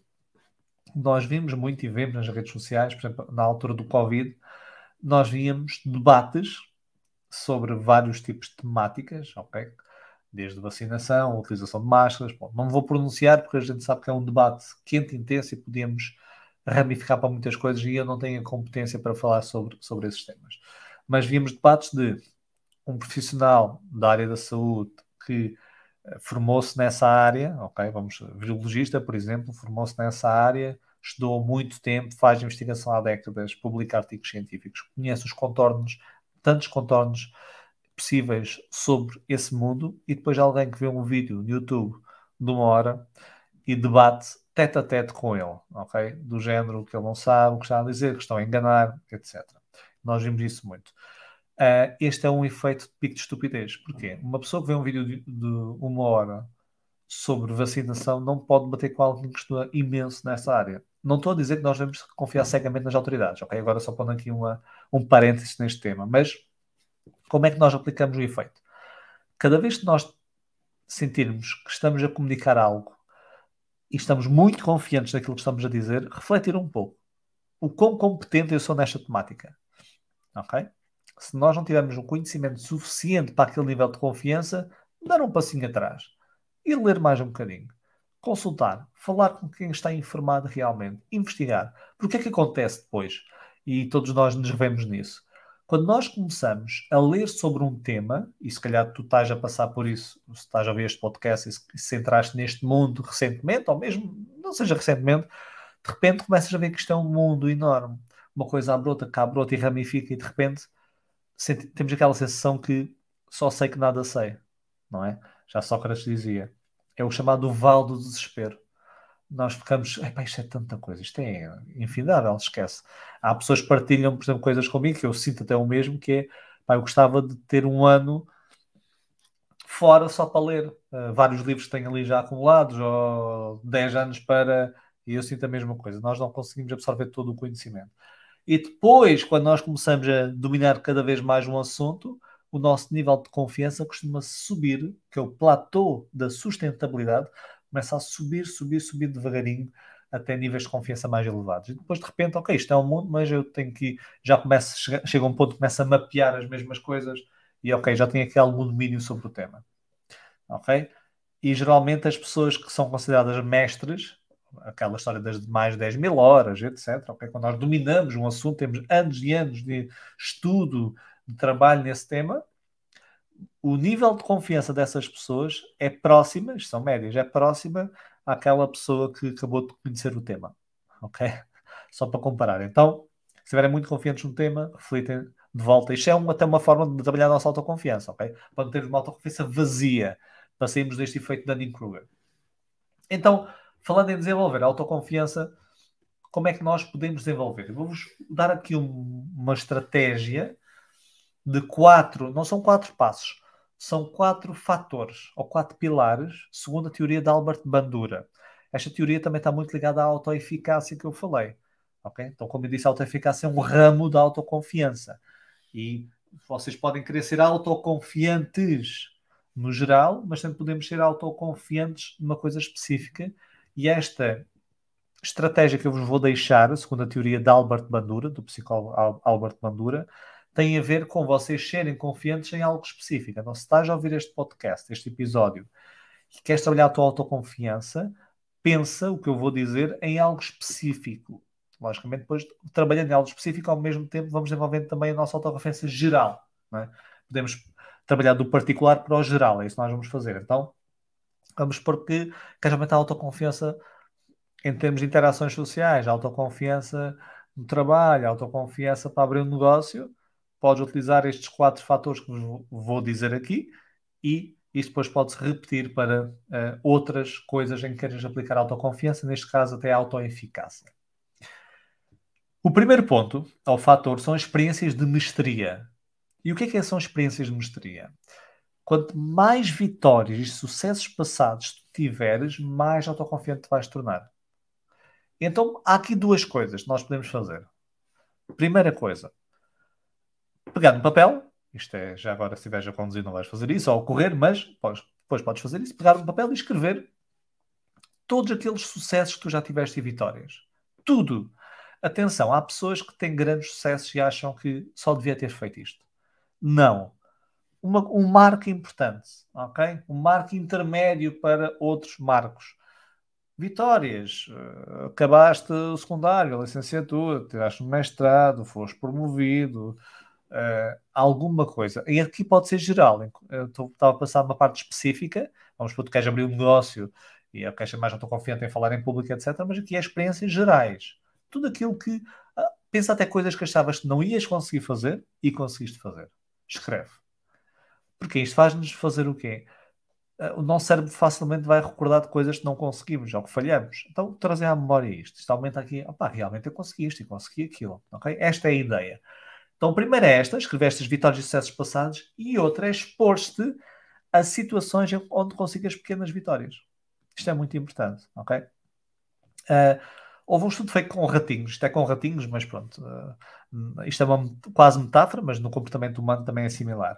nós vimos muito e vemos nas redes sociais, por exemplo, na altura do Covid, nós víamos debates sobre vários tipos de temáticas, ok? Desde vacinação, utilização de máscaras. Bom, não vou pronunciar porque a gente sabe que é um debate quente, intenso e podíamos ramificar para muitas coisas e eu não tenho a competência para falar sobre esses temas. Mas víamos debates de um profissional da área da saúde que formou-se nessa área, ok? Vamos, virologista, por exemplo, formou-se nessa área, estudou há muito tempo, faz investigação há décadas, publica artigos científicos, conhece os contornos, tantos contornos possíveis sobre esse mundo, e depois alguém que vê um vídeo no YouTube de 1 hora e debate tete a tete com ele, ok? Do género que ele não sabe, o que está a dizer, que estão a enganar, etc. Nós vimos isso muito. Este é um efeito de pico de estupidez. Porquê? Uma pessoa que vê um vídeo de 1 hora sobre vacinação não pode bater com alguém que estuda imenso nessa área. Não estou a dizer que nós devemos confiar cegamente nas autoridades, ok? Agora só pondo aqui um parênteses neste tema. Mas como é que nós aplicamos o efeito? Cada vez que nós sentirmos que estamos a comunicar algo e estamos muito confiantes naquilo que estamos a dizer, refletir um pouco. O quão competente eu sou nesta temática, ok? Se nós não tivermos um conhecimento suficiente para aquele nível de confiança, dar um passinho atrás e ler mais um bocadinho. Consultar, falar com quem está informado realmente, investigar. Porque o que é que acontece depois? E todos nós nos vemos nisso. Quando nós começamos a ler sobre um tema, e se calhar tu estás a passar por isso, se estás a ouvir este podcast e se entraste neste mundo recentemente, ou mesmo não seja recentemente, de repente começas a ver que isto é um mundo enorme. Uma coisa abre outra, cá abre outra e ramifica, e de repente temos aquela sensação que só sei que nada sei, não é? Já Sócrates dizia. É o chamado vale do desespero. Nós ficamos, epá, isto é tanta coisa, isto é infindável, esquece. Há pessoas que partilham, por exemplo, coisas comigo, que eu sinto até o mesmo, que é, pá, eu gostava de ter um ano fora só para ler. Vários livros que tenho ali já acumulados, ou 10 anos para... E eu sinto a mesma coisa. Nós não conseguimos absorver todo o conhecimento. E depois, quando nós começamos a dominar cada vez mais um assunto, o nosso nível de confiança costuma subir, que é o platô da sustentabilidade, começa a subir, subir, subir devagarinho até níveis de confiança mais elevados. E depois, de repente, ok, isto é um mundo, mas eu tenho que... Já começo, chega um ponto que começa a mapear as mesmas coisas e, ok, já tenho aqui algum domínio sobre o tema. Ok? E geralmente as pessoas que são consideradas mestres, aquela história das mais de 10 mil horas, etc. Okay? Quando nós dominamos um assunto, temos anos e anos de estudo, de trabalho nesse tema, o nível de confiança dessas pessoas é próxima, isto são médias, é próxima àquela pessoa que acabou de conhecer o tema. Ok? Só para comparar. Então, se estiverem muito confiantes no tema, reflitem de volta. Isto é até uma forma de trabalhar a nossa autoconfiança, ok? Para não ter uma autoconfiança vazia, para sairmos deste efeito de Dunning-Kruger. Então, falando em desenvolver a autoconfiança, como é que nós podemos desenvolver? Eu vou-vos dar aqui uma estratégia de 4, não são 4 passos, são 4 fatores, ou 4 pilares, segundo a teoria de Albert Bandura. Esta teoria também está muito ligada à autoeficácia que eu falei. Okay? Então, como eu disse, a autoeficácia é um ramo da autoconfiança. E vocês podem querer ser autoconfiantes, no geral, mas também podemos ser autoconfiantes numa coisa específica. E esta estratégia que eu vos vou deixar, segundo a teoria de Albert Bandura, do psicólogo Albert Bandura, tem a ver com vocês serem confiantes em algo específico. Então, se estás a ouvir este podcast, este episódio, e queres trabalhar a tua autoconfiança, pensa o que eu vou dizer em algo específico. Logicamente, depois, trabalhando em algo específico, ao mesmo tempo, vamos desenvolvendo também a nossa autoconfiança geral. Não é? Podemos trabalhar do particular para o geral, é isso que nós vamos fazer. Então, vamos supor que queres aumentar a autoconfiança em termos de interações sociais, autoconfiança no trabalho, autoconfiança para abrir um negócio, podes utilizar estes 4 fatores que vos vou dizer aqui e isto depois pode-se repetir para outras coisas em que queres aplicar autoconfiança, neste caso até a autoeficácia. O primeiro ponto, ou fator, são experiências de mestria. E o que são experiências de mestria? Quanto mais vitórias e sucessos passados tu tiveres, mais autoconfiante vais tornar. Então, há aqui 2 coisas que nós podemos fazer. Primeira coisa, pegar no papel, isto é, já agora se estiveres a conduzir não vais fazer isso, ou a correr, mas depois podes fazer isso, pegar no papel e escrever todos aqueles sucessos que tu já tiveste e vitórias. Tudo. Atenção, há pessoas que têm grandes sucessos e acham que só devia ter feito isto. Não. Um marco importante, ok? Um marco intermédio para outros marcos. Vitórias, acabaste o secundário, a licenciatura, tiraste um mestrado, foste promovido, alguma coisa. E aqui pode ser geral. Eu estava a passar uma parte específica, vamos supor que tu queres abrir um negócio e eu quero ser mais autoconfiante em falar em público, etc. Mas aqui é experiências gerais. Tudo aquilo que... pensa até coisas que achavas que não ias conseguir fazer e conseguiste fazer. Escreve. Porque isto faz-nos fazer o quê? O nosso cérebro facilmente vai recordar de coisas que não conseguimos ou que falhamos. Então, trazer à memória isto. Isto aumenta aqui. Opá, realmente eu consegui isto e consegui aquilo. Okay? Esta é a ideia. Então, primeiro é esta, escrever estas vitórias e sucessos passados. E outra é expor-te a situações onde consigas pequenas vitórias. Isto é muito importante. Ok? Houve um estudo feito com ratinhos. Isto é com ratinhos, mas pronto. Isto é quase metáfora, mas no comportamento humano também é similar.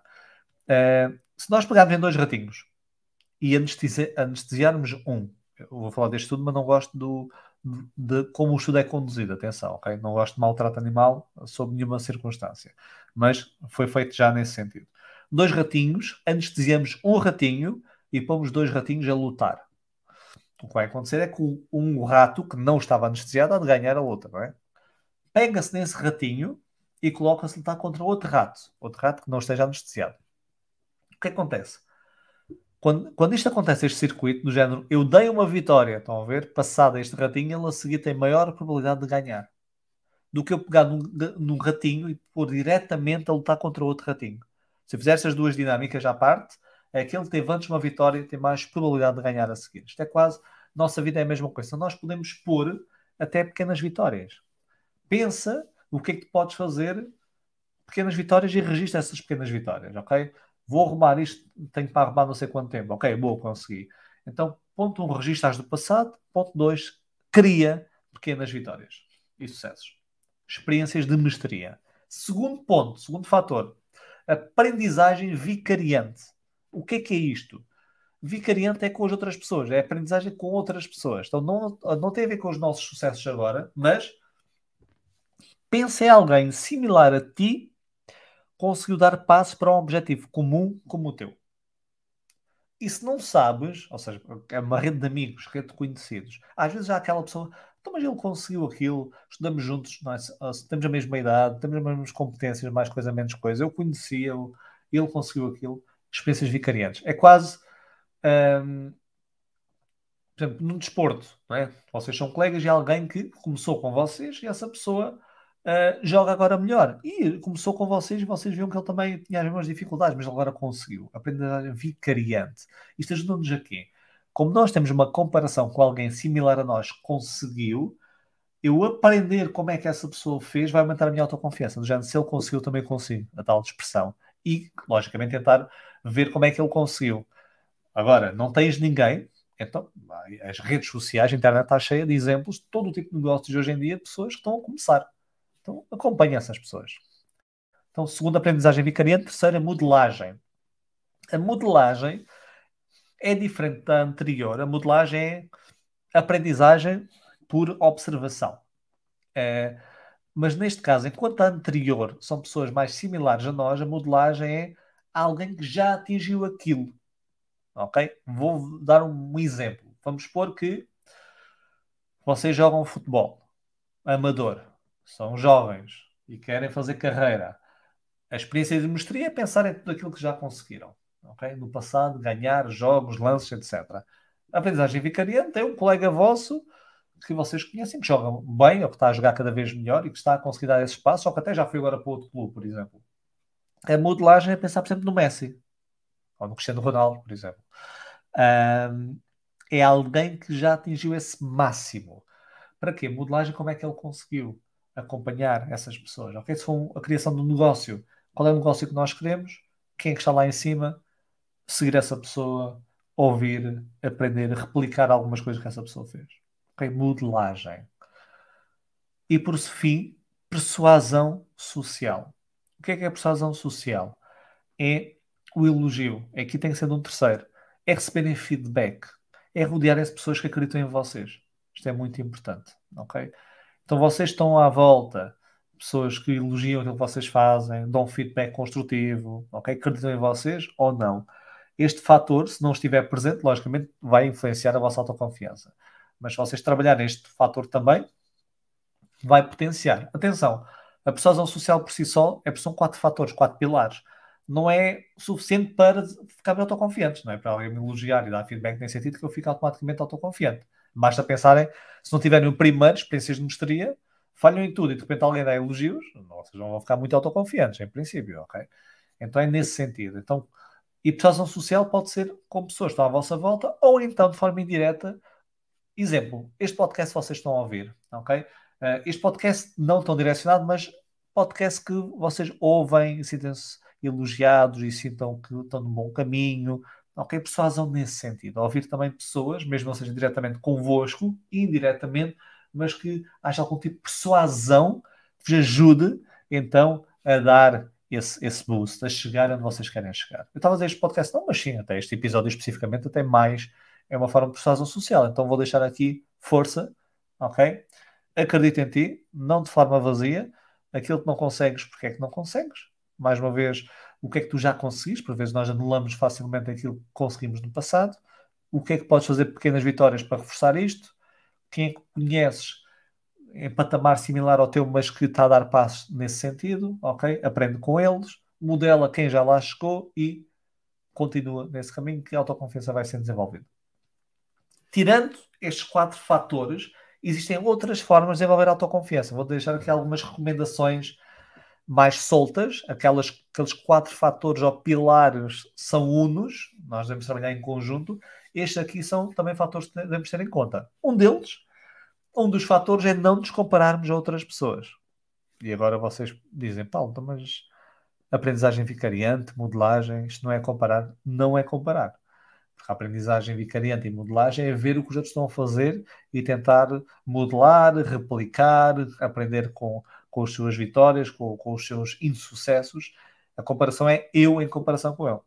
Se nós pegarmos em 2 ratinhos e anestesiarmos eu vou falar deste estudo, mas não gosto de como o estudo é conduzido, atenção, ok? Não gosto de maltrato animal sob nenhuma circunstância, mas foi feito já nesse sentido. 2 ratinhos, anestesiamos um ratinho e pomos 2 ratinhos a lutar. O que vai acontecer é que um rato que não estava anestesiado há de ganhar a outra, não é? Pega-se nesse ratinho e coloca-se a lutar contra outro rato que não esteja anestesiado. O que acontece? Quando isto acontece, este circuito, do género, eu dei uma vitória, estão a ver? Passado este ratinho, ele a seguir tem maior probabilidade de ganhar do que eu pegar num ratinho e pôr diretamente a lutar contra outro ratinho. Se eu fizer estas 2 dinâmicas à parte, é aquele que teve antes uma vitória tem mais probabilidade de ganhar a seguir. Isto é quase, nossa vida é a mesma coisa. Então, nós podemos pôr até pequenas vitórias. Pensa o que é que tu podes fazer, pequenas vitórias, e registra essas pequenas vitórias, ok? Vou arrumar isto, tenho para arrumar não sei quanto tempo. Ok, boa, consegui. Então, ponto 1, registas do passado. Ponto 2, cria pequenas vitórias e sucessos. Experiências de mestria. Segundo ponto, segundo fator, aprendizagem vicariante. O que é isto? Vicariante é com as outras pessoas, é aprendizagem com outras pessoas. Então, não tem a ver com os nossos sucessos agora, mas pensa em alguém similar a ti conseguiu dar passos para um objetivo comum como o teu. E se não sabes, ou seja, é uma rede de amigos, rede de conhecidos, às vezes há aquela pessoa, então, mas ele conseguiu aquilo, estudamos juntos, nós temos a mesma idade, temos as mesmas competências, mais coisa, menos coisa, eu conhecia-o, ele conseguiu aquilo, experiências vicariantes. É quase, por exemplo, num desporto, não é? Vocês são colegas e há alguém que começou com vocês e essa pessoa joga agora melhor. E começou com vocês e vocês viram que ele também tinha as mesmas dificuldades, mas agora conseguiu. Aprendizagem vicariante. Isto ajuda-nos aqui. Como nós temos uma comparação com alguém similar a nós que conseguiu, eu aprender como é que essa pessoa fez vai aumentar a minha autoconfiança. Do género, se ele conseguiu, também consigo. A tal expressão. E, logicamente, tentar ver como é que ele conseguiu. Agora, não tens ninguém, então as redes sociais, a internet está cheia de exemplos de todo o tipo de negócios de hoje em dia, de pessoas que estão a começar. Então, acompanha essas pessoas. Então, segunda, aprendizagem vicariante. Terceira, modelagem. A modelagem é diferente da anterior. A modelagem é aprendizagem por observação. Mas neste caso, enquanto a anterior são pessoas mais similares a nós, a modelagem é alguém que já atingiu aquilo. Ok? Vou dar um exemplo. Vamos supor que vocês jogam futebol amador, são jovens e querem fazer carreira. A experiência de mestria é pensar em tudo aquilo que já conseguiram. Ok? No passado, ganhar jogos, lances, etc. A aprendizagem vicariante é um colega vosso que vocês conhecem, que joga bem, ou que está a jogar cada vez melhor e que está a conseguir dar esse espaço, ou que até já foi agora para outro clube, por exemplo. A modelagem é pensar, por exemplo, no Messi, ou no Cristiano Ronaldo, por exemplo. Ahm, é alguém que já atingiu esse máximo. Para quê? Modelagem, como é que ele conseguiu acompanhar essas pessoas? Ok? Se for a criação de um negócio, qual é o negócio que nós queremos? Quem é que está lá em cima? Seguir essa pessoa, ouvir, aprender, replicar algumas coisas que essa pessoa fez. Ok? Modelagem. E por fim, persuasão social. O que é persuasão social? É o elogio. Aqui tem que ser de um terceiro. É receberem feedback. É rodearem-se de pessoas que acreditam em vocês. Isto é muito importante. Ok? Então vocês estão à volta, pessoas que elogiam aquilo que vocês fazem, dão feedback construtivo, ok? Acreditam em vocês ou não. Este fator, se não estiver presente, logicamente vai influenciar a vossa autoconfiança. Mas se vocês trabalharem este fator também, vai potenciar. Atenção, a persuasão social por si só são quatro fatores, quatro pilares. Não é suficiente para ficar bem autoconfiantes, não é? Para alguém me elogiar e dar feedback nesse sentido que eu fico automaticamente autoconfiante. Basta pensarem, se não tiverem o primeiro, experiências de mestria, falham em tudo e de repente alguém dá elogios, vocês não vão ficar muito autoconfiantes, em princípio, ok? Então é nesse sentido. Então, e persuasão social pode ser com pessoas que estão à vossa volta ou então de forma indireta. Exemplo, este podcast vocês estão a ouvir, ok? Este podcast não tão direcionado, mas podcast que vocês ouvem, sintam-se elogiados e sintam que estão no bom caminho, ok? Persuasão nesse sentido. Ouvir também pessoas, mesmo não seja diretamente convosco, indiretamente, mas que haja algum tipo de persuasão que vos ajude, então, a dar esse boost, a chegar onde vocês querem chegar. Eu estava a dizer este podcast, não, mas sim, até este episódio especificamente, até mais é uma forma de persuasão social. Então vou deixar aqui força, ok? Acredita em ti, não de forma vazia. Aquilo que não consegues, porque é que não consegues? Mais uma vez, o que é que tu já conseguiste? Por vezes nós anulamos facilmente aquilo que conseguimos no passado. O que é que podes fazer pequenas vitórias para reforçar isto? Quem é que conheces em patamar similar ao teu, mas que está a dar passos nesse sentido? Ok? Aprende com eles, modela quem já lá chegou e continua nesse caminho que a autoconfiança vai sendo desenvolvida. Tirando estes quatro fatores, existem outras formas de desenvolver autoconfiança. Vou deixar aqui algumas recomendações mais soltas. Aqueles quatro fatores ou pilares são unos, nós devemos trabalhar em conjunto. Estes aqui são também fatores que devemos ter em conta. Um dos fatores é não nos compararmos a outras pessoas. E agora vocês dizem, Paulo, então, mas aprendizagem vicariante, modelagem, isto não é comparar? Não é comparar. Porque a aprendizagem vicariante e modelagem é ver o que os outros estão a fazer e tentar modelar, replicar, aprender com as suas vitórias, com os seus insucessos. A comparação é eu em comparação com ele.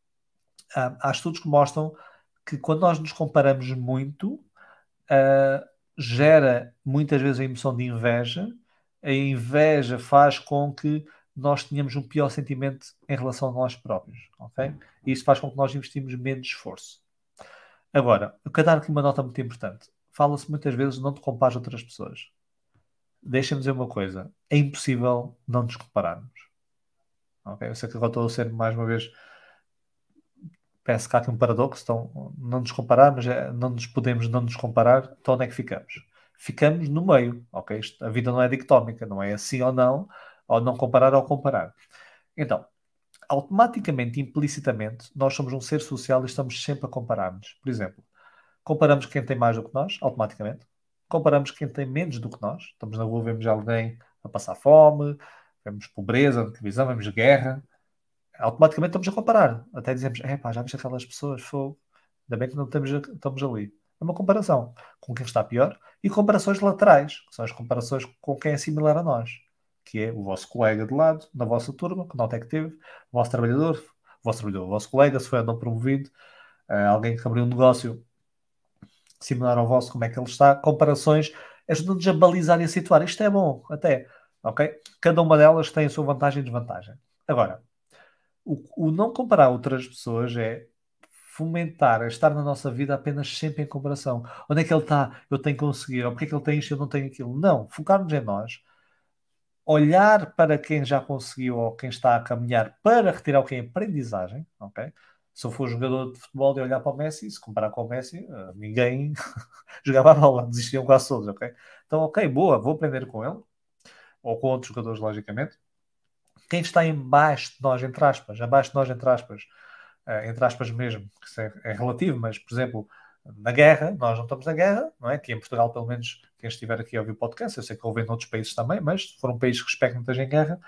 Há estudos que mostram que quando nós nos comparamos muito, ah, gera muitas vezes a emoção de inveja. A inveja faz com que nós tenhamos um pior sentimento em relação a nós próprios, ok? E isso faz com que nós investimos menos esforço. Agora, eu quero dar aqui uma nota muito importante. Fala-se muitas vezes não te compares a outras pessoas. Deixa-me dizer uma coisa. É impossível não nos compararmos. Ok? Eu sei que agora estou a ser, mais uma vez, parece que há aqui um paradoxo. Então, não nos comparar, mas não nos podemos não nos comparar. Então, onde é que ficamos? Ficamos no meio. Ok? A vida não é dicotómica. Não é assim ou não comparar ou comparar. Então, automaticamente, implicitamente, nós somos um ser social e estamos sempre a comparar-nos. Por exemplo, comparamos quem tem mais do que nós, automaticamente. Comparamos quem tem menos do que nós. Estamos na rua, vemos alguém a passar fome, vemos pobreza na televisão, vemos guerra. Automaticamente estamos a comparar. Até dizemos, pá, já viste aquelas pessoas, fogo. Ainda bem que não estamos ali. É uma comparação com quem está pior e comparações laterais, que são as comparações com quem é similar a nós, que é o vosso colega de lado, na vossa turma, que nota é que teve, o vosso trabalhador, vosso trabalhador, o vosso colega, se foi ou não promovido, alguém que abriu um negócio similar ao vosso, como é que ele está, comparações ajudam-nos a balizar e a situar. Isto é bom, até, ok? Cada uma delas tem a sua vantagem e desvantagem. Agora, o não comparar outras pessoas é fomentar, é estar na nossa vida apenas sempre em comparação. Onde é que ele está? Eu tenho que conseguir. Ou porque é que ele tem isto e eu não tenho aquilo? Não. Focarmos em nós. Olhar para quem já conseguiu ou quem está a caminhar para retirar o que é aprendizagem, ok? Se eu for jogador de futebol e olhar para o Messi, se comparar com o Messi, ninguém jogava a bola, desistiam quase todos, ok? Então, ok, boa, vou aprender com ele, ou com outros jogadores, logicamente. Quem está em baixo de nós, entre aspas, abaixo de nós, entre aspas mesmo, que isso é relativo, mas, por exemplo, na guerra, nós não estamos na guerra, não é? Aqui em Portugal, pelo menos, quem estiver aqui a ouvir o podcast, eu sei que ouvem noutros países também, mas se for um país que respecta muita gente em guerra,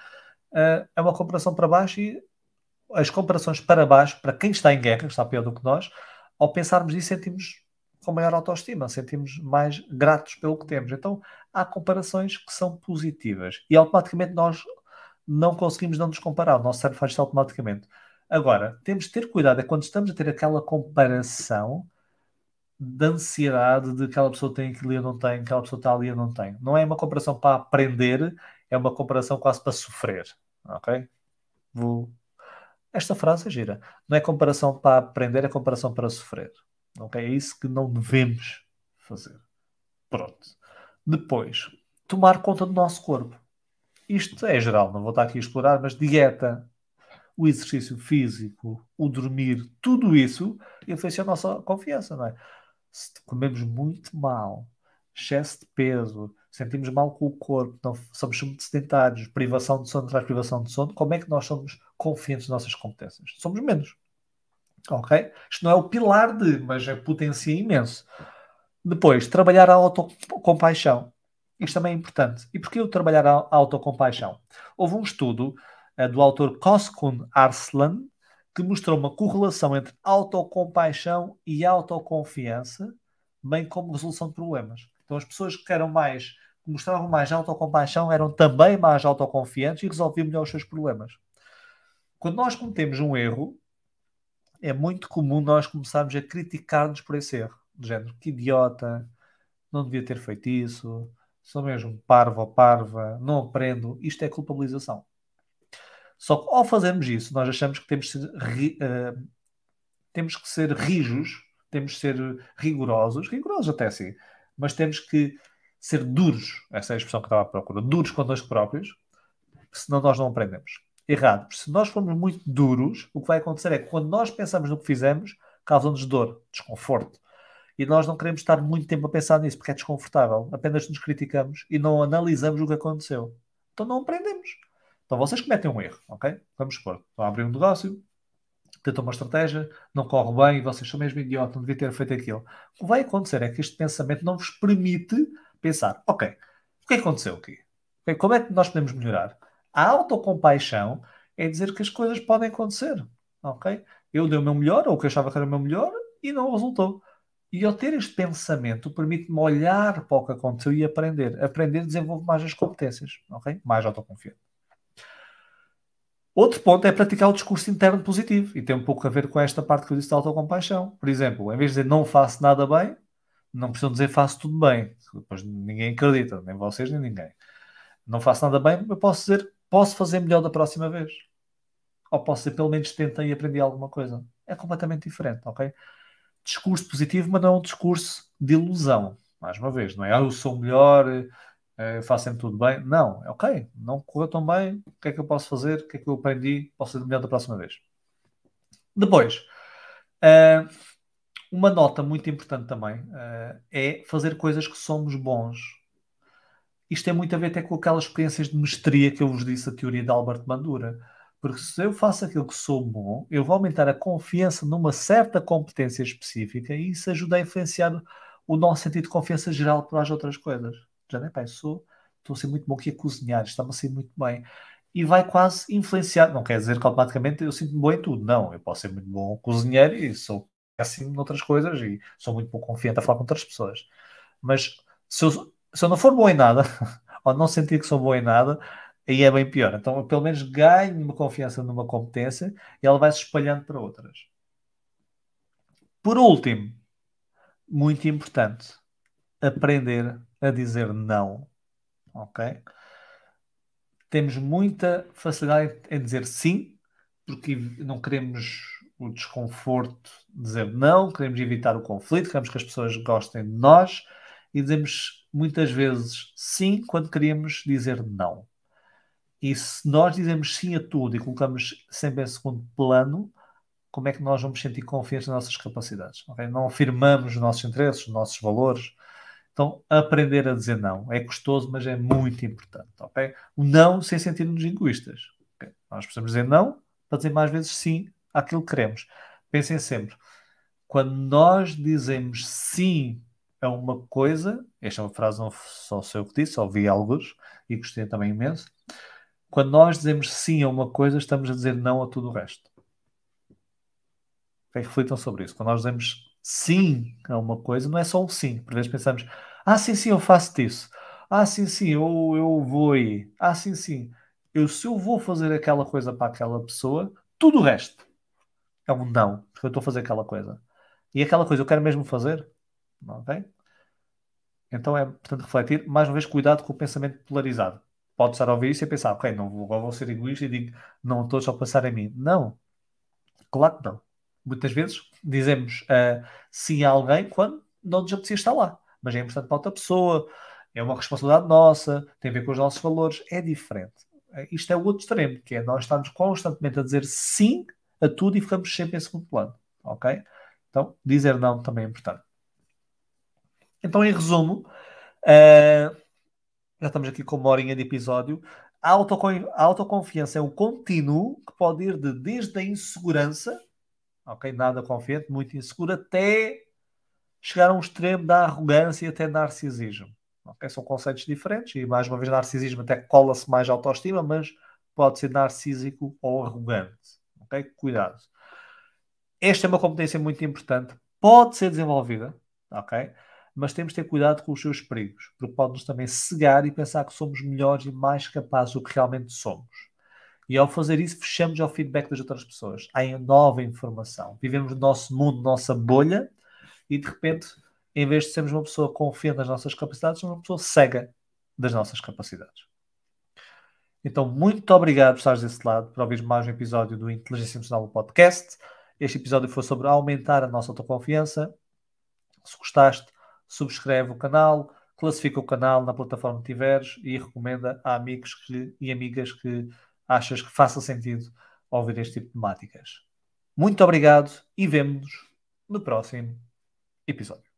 é uma comparação para baixo e as comparações para baixo, para quem está em guerra, que está pior do que nós, ao pensarmos nisso, sentimos com maior autoestima, sentimos mais gratos pelo que temos. Então, há comparações que são positivas e automaticamente nós não conseguimos não nos comparar, o nosso cérebro faz isso automaticamente. Agora, temos de ter cuidado, é quando estamos a ter aquela comparação da ansiedade de aquela pessoa tem aquilo e eu não tenho, aquela pessoa está ali e eu não tenho. Não é uma comparação para aprender, é uma comparação quase para sofrer. Ok? Vou... Esta frase é gira. Não é comparação para aprender, é comparação para sofrer. Ok? É isso que não devemos fazer. Pronto. Depois, tomar conta do nosso corpo. Isto é geral, não vou estar aqui a explorar, mas dieta, o exercício físico, o dormir, tudo isso influencia a nossa confiança, não é? Se comemos muito mal, excesso de peso, sentimos mal com o corpo, não, somos muito sedentários, privação de sono traz privação de sono, como é que nós somos confiantes nas nossas competências? Somos menos, ok? Isto não é o pilar de, mas potencia imenso. Depois, trabalhar a autocompaixão. Isto também é importante. E porquê eu trabalhar a autocompaixão? Houve um estudo do autor Koskun Arslan que mostrou uma correlação entre autocompaixão e autoconfiança, bem como resolução de problemas. Então, as pessoas que eram mais, que mostravam mais autocompaixão eram também mais autoconfiantes e resolviam melhor os seus problemas. Quando nós cometemos um erro, é muito comum nós começarmos a criticar-nos por esse erro. Do género, que idiota, não devia ter feito isso, sou mesmo parvo ou parva, não aprendo. Isto é culpabilização. Só que ao fazermos isso, nós achamos que temos que ser rijos, temos que ser rigorosos até assim, mas temos que ser duros, essa é a expressão que eu estava à procura, duros connosco próprios, senão nós não aprendemos. Errado. Porque se nós formos muito duros, o que vai acontecer é que quando nós pensamos no que fizemos, causa-nos dor, desconforto. E nós não queremos estar muito tempo a pensar nisso porque é desconfortável. Apenas nos criticamos e não analisamos o que aconteceu. Então não aprendemos. Então vocês cometem um erro, ok? Vamos supor, estão a abrir um negócio, tentam uma estratégia, não corre bem e vocês são mesmo idiotas, não devia ter feito aquilo. O que vai acontecer é que este pensamento não vos permite pensar, ok, o que é que aconteceu aqui? Ok, como é que nós podemos melhorar? A autocompaixão é dizer que as coisas podem acontecer, ok? Eu dei o meu melhor, ou o que eu achava que era o meu melhor, e não resultou. E ao ter este pensamento, permite-me olhar para o que aconteceu e aprender. Aprender desenvolve mais as competências, ok? Mais autoconfiança. Outro ponto é praticar o discurso interno positivo e tem um pouco a ver com esta parte que eu disse da autocompaixão. Por exemplo, em vez de dizer não faço nada bem, não precisam dizer faço tudo bem. Depois ninguém acredita, nem vocês nem ninguém. Não faço nada bem, eu posso dizer posso fazer melhor da próxima vez. Ou posso dizer pelo menos tentei e aprendi alguma coisa. É completamente diferente, ok? Discurso positivo, mas não é um discurso de ilusão. Mais uma vez, não é eu sou o melhor, faço sempre tudo bem. Não, é ok, não correu tão bem, o que é que eu posso fazer? O que é que eu aprendi? Posso ser melhor da próxima vez. Depois, uh, uma nota muito importante também é fazer coisas que somos bons. Isto tem muito a ver até com aquelas experiências de mestria que eu vos disse, a teoria de Albert Bandura. Porque se eu faço aquilo que sou bom, eu vou aumentar a confiança numa certa competência específica e isso ajuda a influenciar o nosso sentido de confiança geral para as outras coisas. Já nem pá, estou a ser muito bom aqui a cozinhar, está-me a ser muito bem. E vai quase influenciar, não quer dizer que automaticamente eu sinto-me bom em tudo, não. Eu posso ser muito bom cozinheiro e sou assim noutras coisas e sou muito pouco confiante a falar com outras pessoas. Mas se eu não for bom em nada, ou não sentir que sou bom em nada, aí é bem pior. Então, pelo menos ganhe uma confiança numa competência e ela vai se espalhando para outras. Por último, muito importante, aprender a dizer não. Ok? Temos muita facilidade em dizer sim, porque não queremos o desconforto de dizer não, queremos evitar o conflito, queremos que as pessoas gostem de nós e dizemos muitas vezes sim quando queríamos dizer não. E se nós dizemos sim a tudo e colocamos sempre em segundo plano, como é que nós vamos sentir confiança nas nossas capacidades? Okay? Não afirmamos os nossos interesses, os nossos valores. Então, aprender a dizer não é custoso, mas é muito importante. Okay? O não sem sentir-nos egoístas. Okay? Nós precisamos dizer não para dizer mais vezes sim àquilo que queremos. Pensem sempre, quando nós dizemos sim a uma coisa, esta é uma frase não só sei o que disse, ouvi alguns e gostei também imenso. Quando nós dizemos sim a uma coisa, estamos a dizer não a tudo o resto. Okay? Reflitam sobre isso. Quando nós dizemos sim a uma coisa, não é só um sim. Por vezes pensamos, sim, sim, eu faço isso. Sim, sim, eu vou aí. Sim, sim. Se eu vou fazer aquela coisa para aquela pessoa, tudo o resto é um não, porque eu estou a fazer aquela coisa. E aquela coisa eu quero mesmo fazer, ok? Então é, portanto, refletir, mais uma vez, cuidado com o pensamento polarizado. Pode estar a ouvir isso e pensar, ok, não vou, agora vou ser egoísta e digo, não estou só a pensar em mim. Não, claro que não. Muitas vezes dizemos sim a alguém quando não nos apetecia estar lá. Mas é importante para outra pessoa, é uma responsabilidade nossa, tem a ver com os nossos valores, é diferente. Isto é o outro extremo, que é nós estamos constantemente a dizer sim a tudo e ficamos sempre em segundo plano. Ok? Então, dizer não também é importante. Então, em resumo, uh, já estamos aqui com uma horinha de episódio. A autoconfiança é um contínuo que pode ir desde a insegurança, ok? Nada confiante, muito inseguro, até chegar a um extremo da arrogância e até narcisismo. Okay? São conceitos diferentes e, mais uma vez, narcisismo até cola-se mais à autoestima, mas pode ser narcísico ou arrogante. Okay? Cuidado. Esta é uma competência muito importante, pode ser desenvolvida, ok? Mas temos de ter cuidado com os seus perigos, porque pode-nos também cegar e pensar que somos melhores e mais capazes do que realmente somos. E ao fazer isso, fechamos ao feedback das outras pessoas. Há nova informação. Vivemos no nosso mundo, nossa bolha, e de repente, em vez de sermos uma pessoa confiante nas nossas capacidades, somos uma pessoa cega das nossas capacidades. Então, muito obrigado por estares desse lado, por ouvir mais um episódio do Inteligência Emocional Podcast. Este episódio foi sobre aumentar a nossa autoconfiança. Se gostaste, subscreve o canal, classifica o canal na plataforma que tiveres e recomenda a amigos e amigas que achas que faça sentido ouvir este tipo de temáticas. Muito obrigado e vemo-nos no próximo episódio.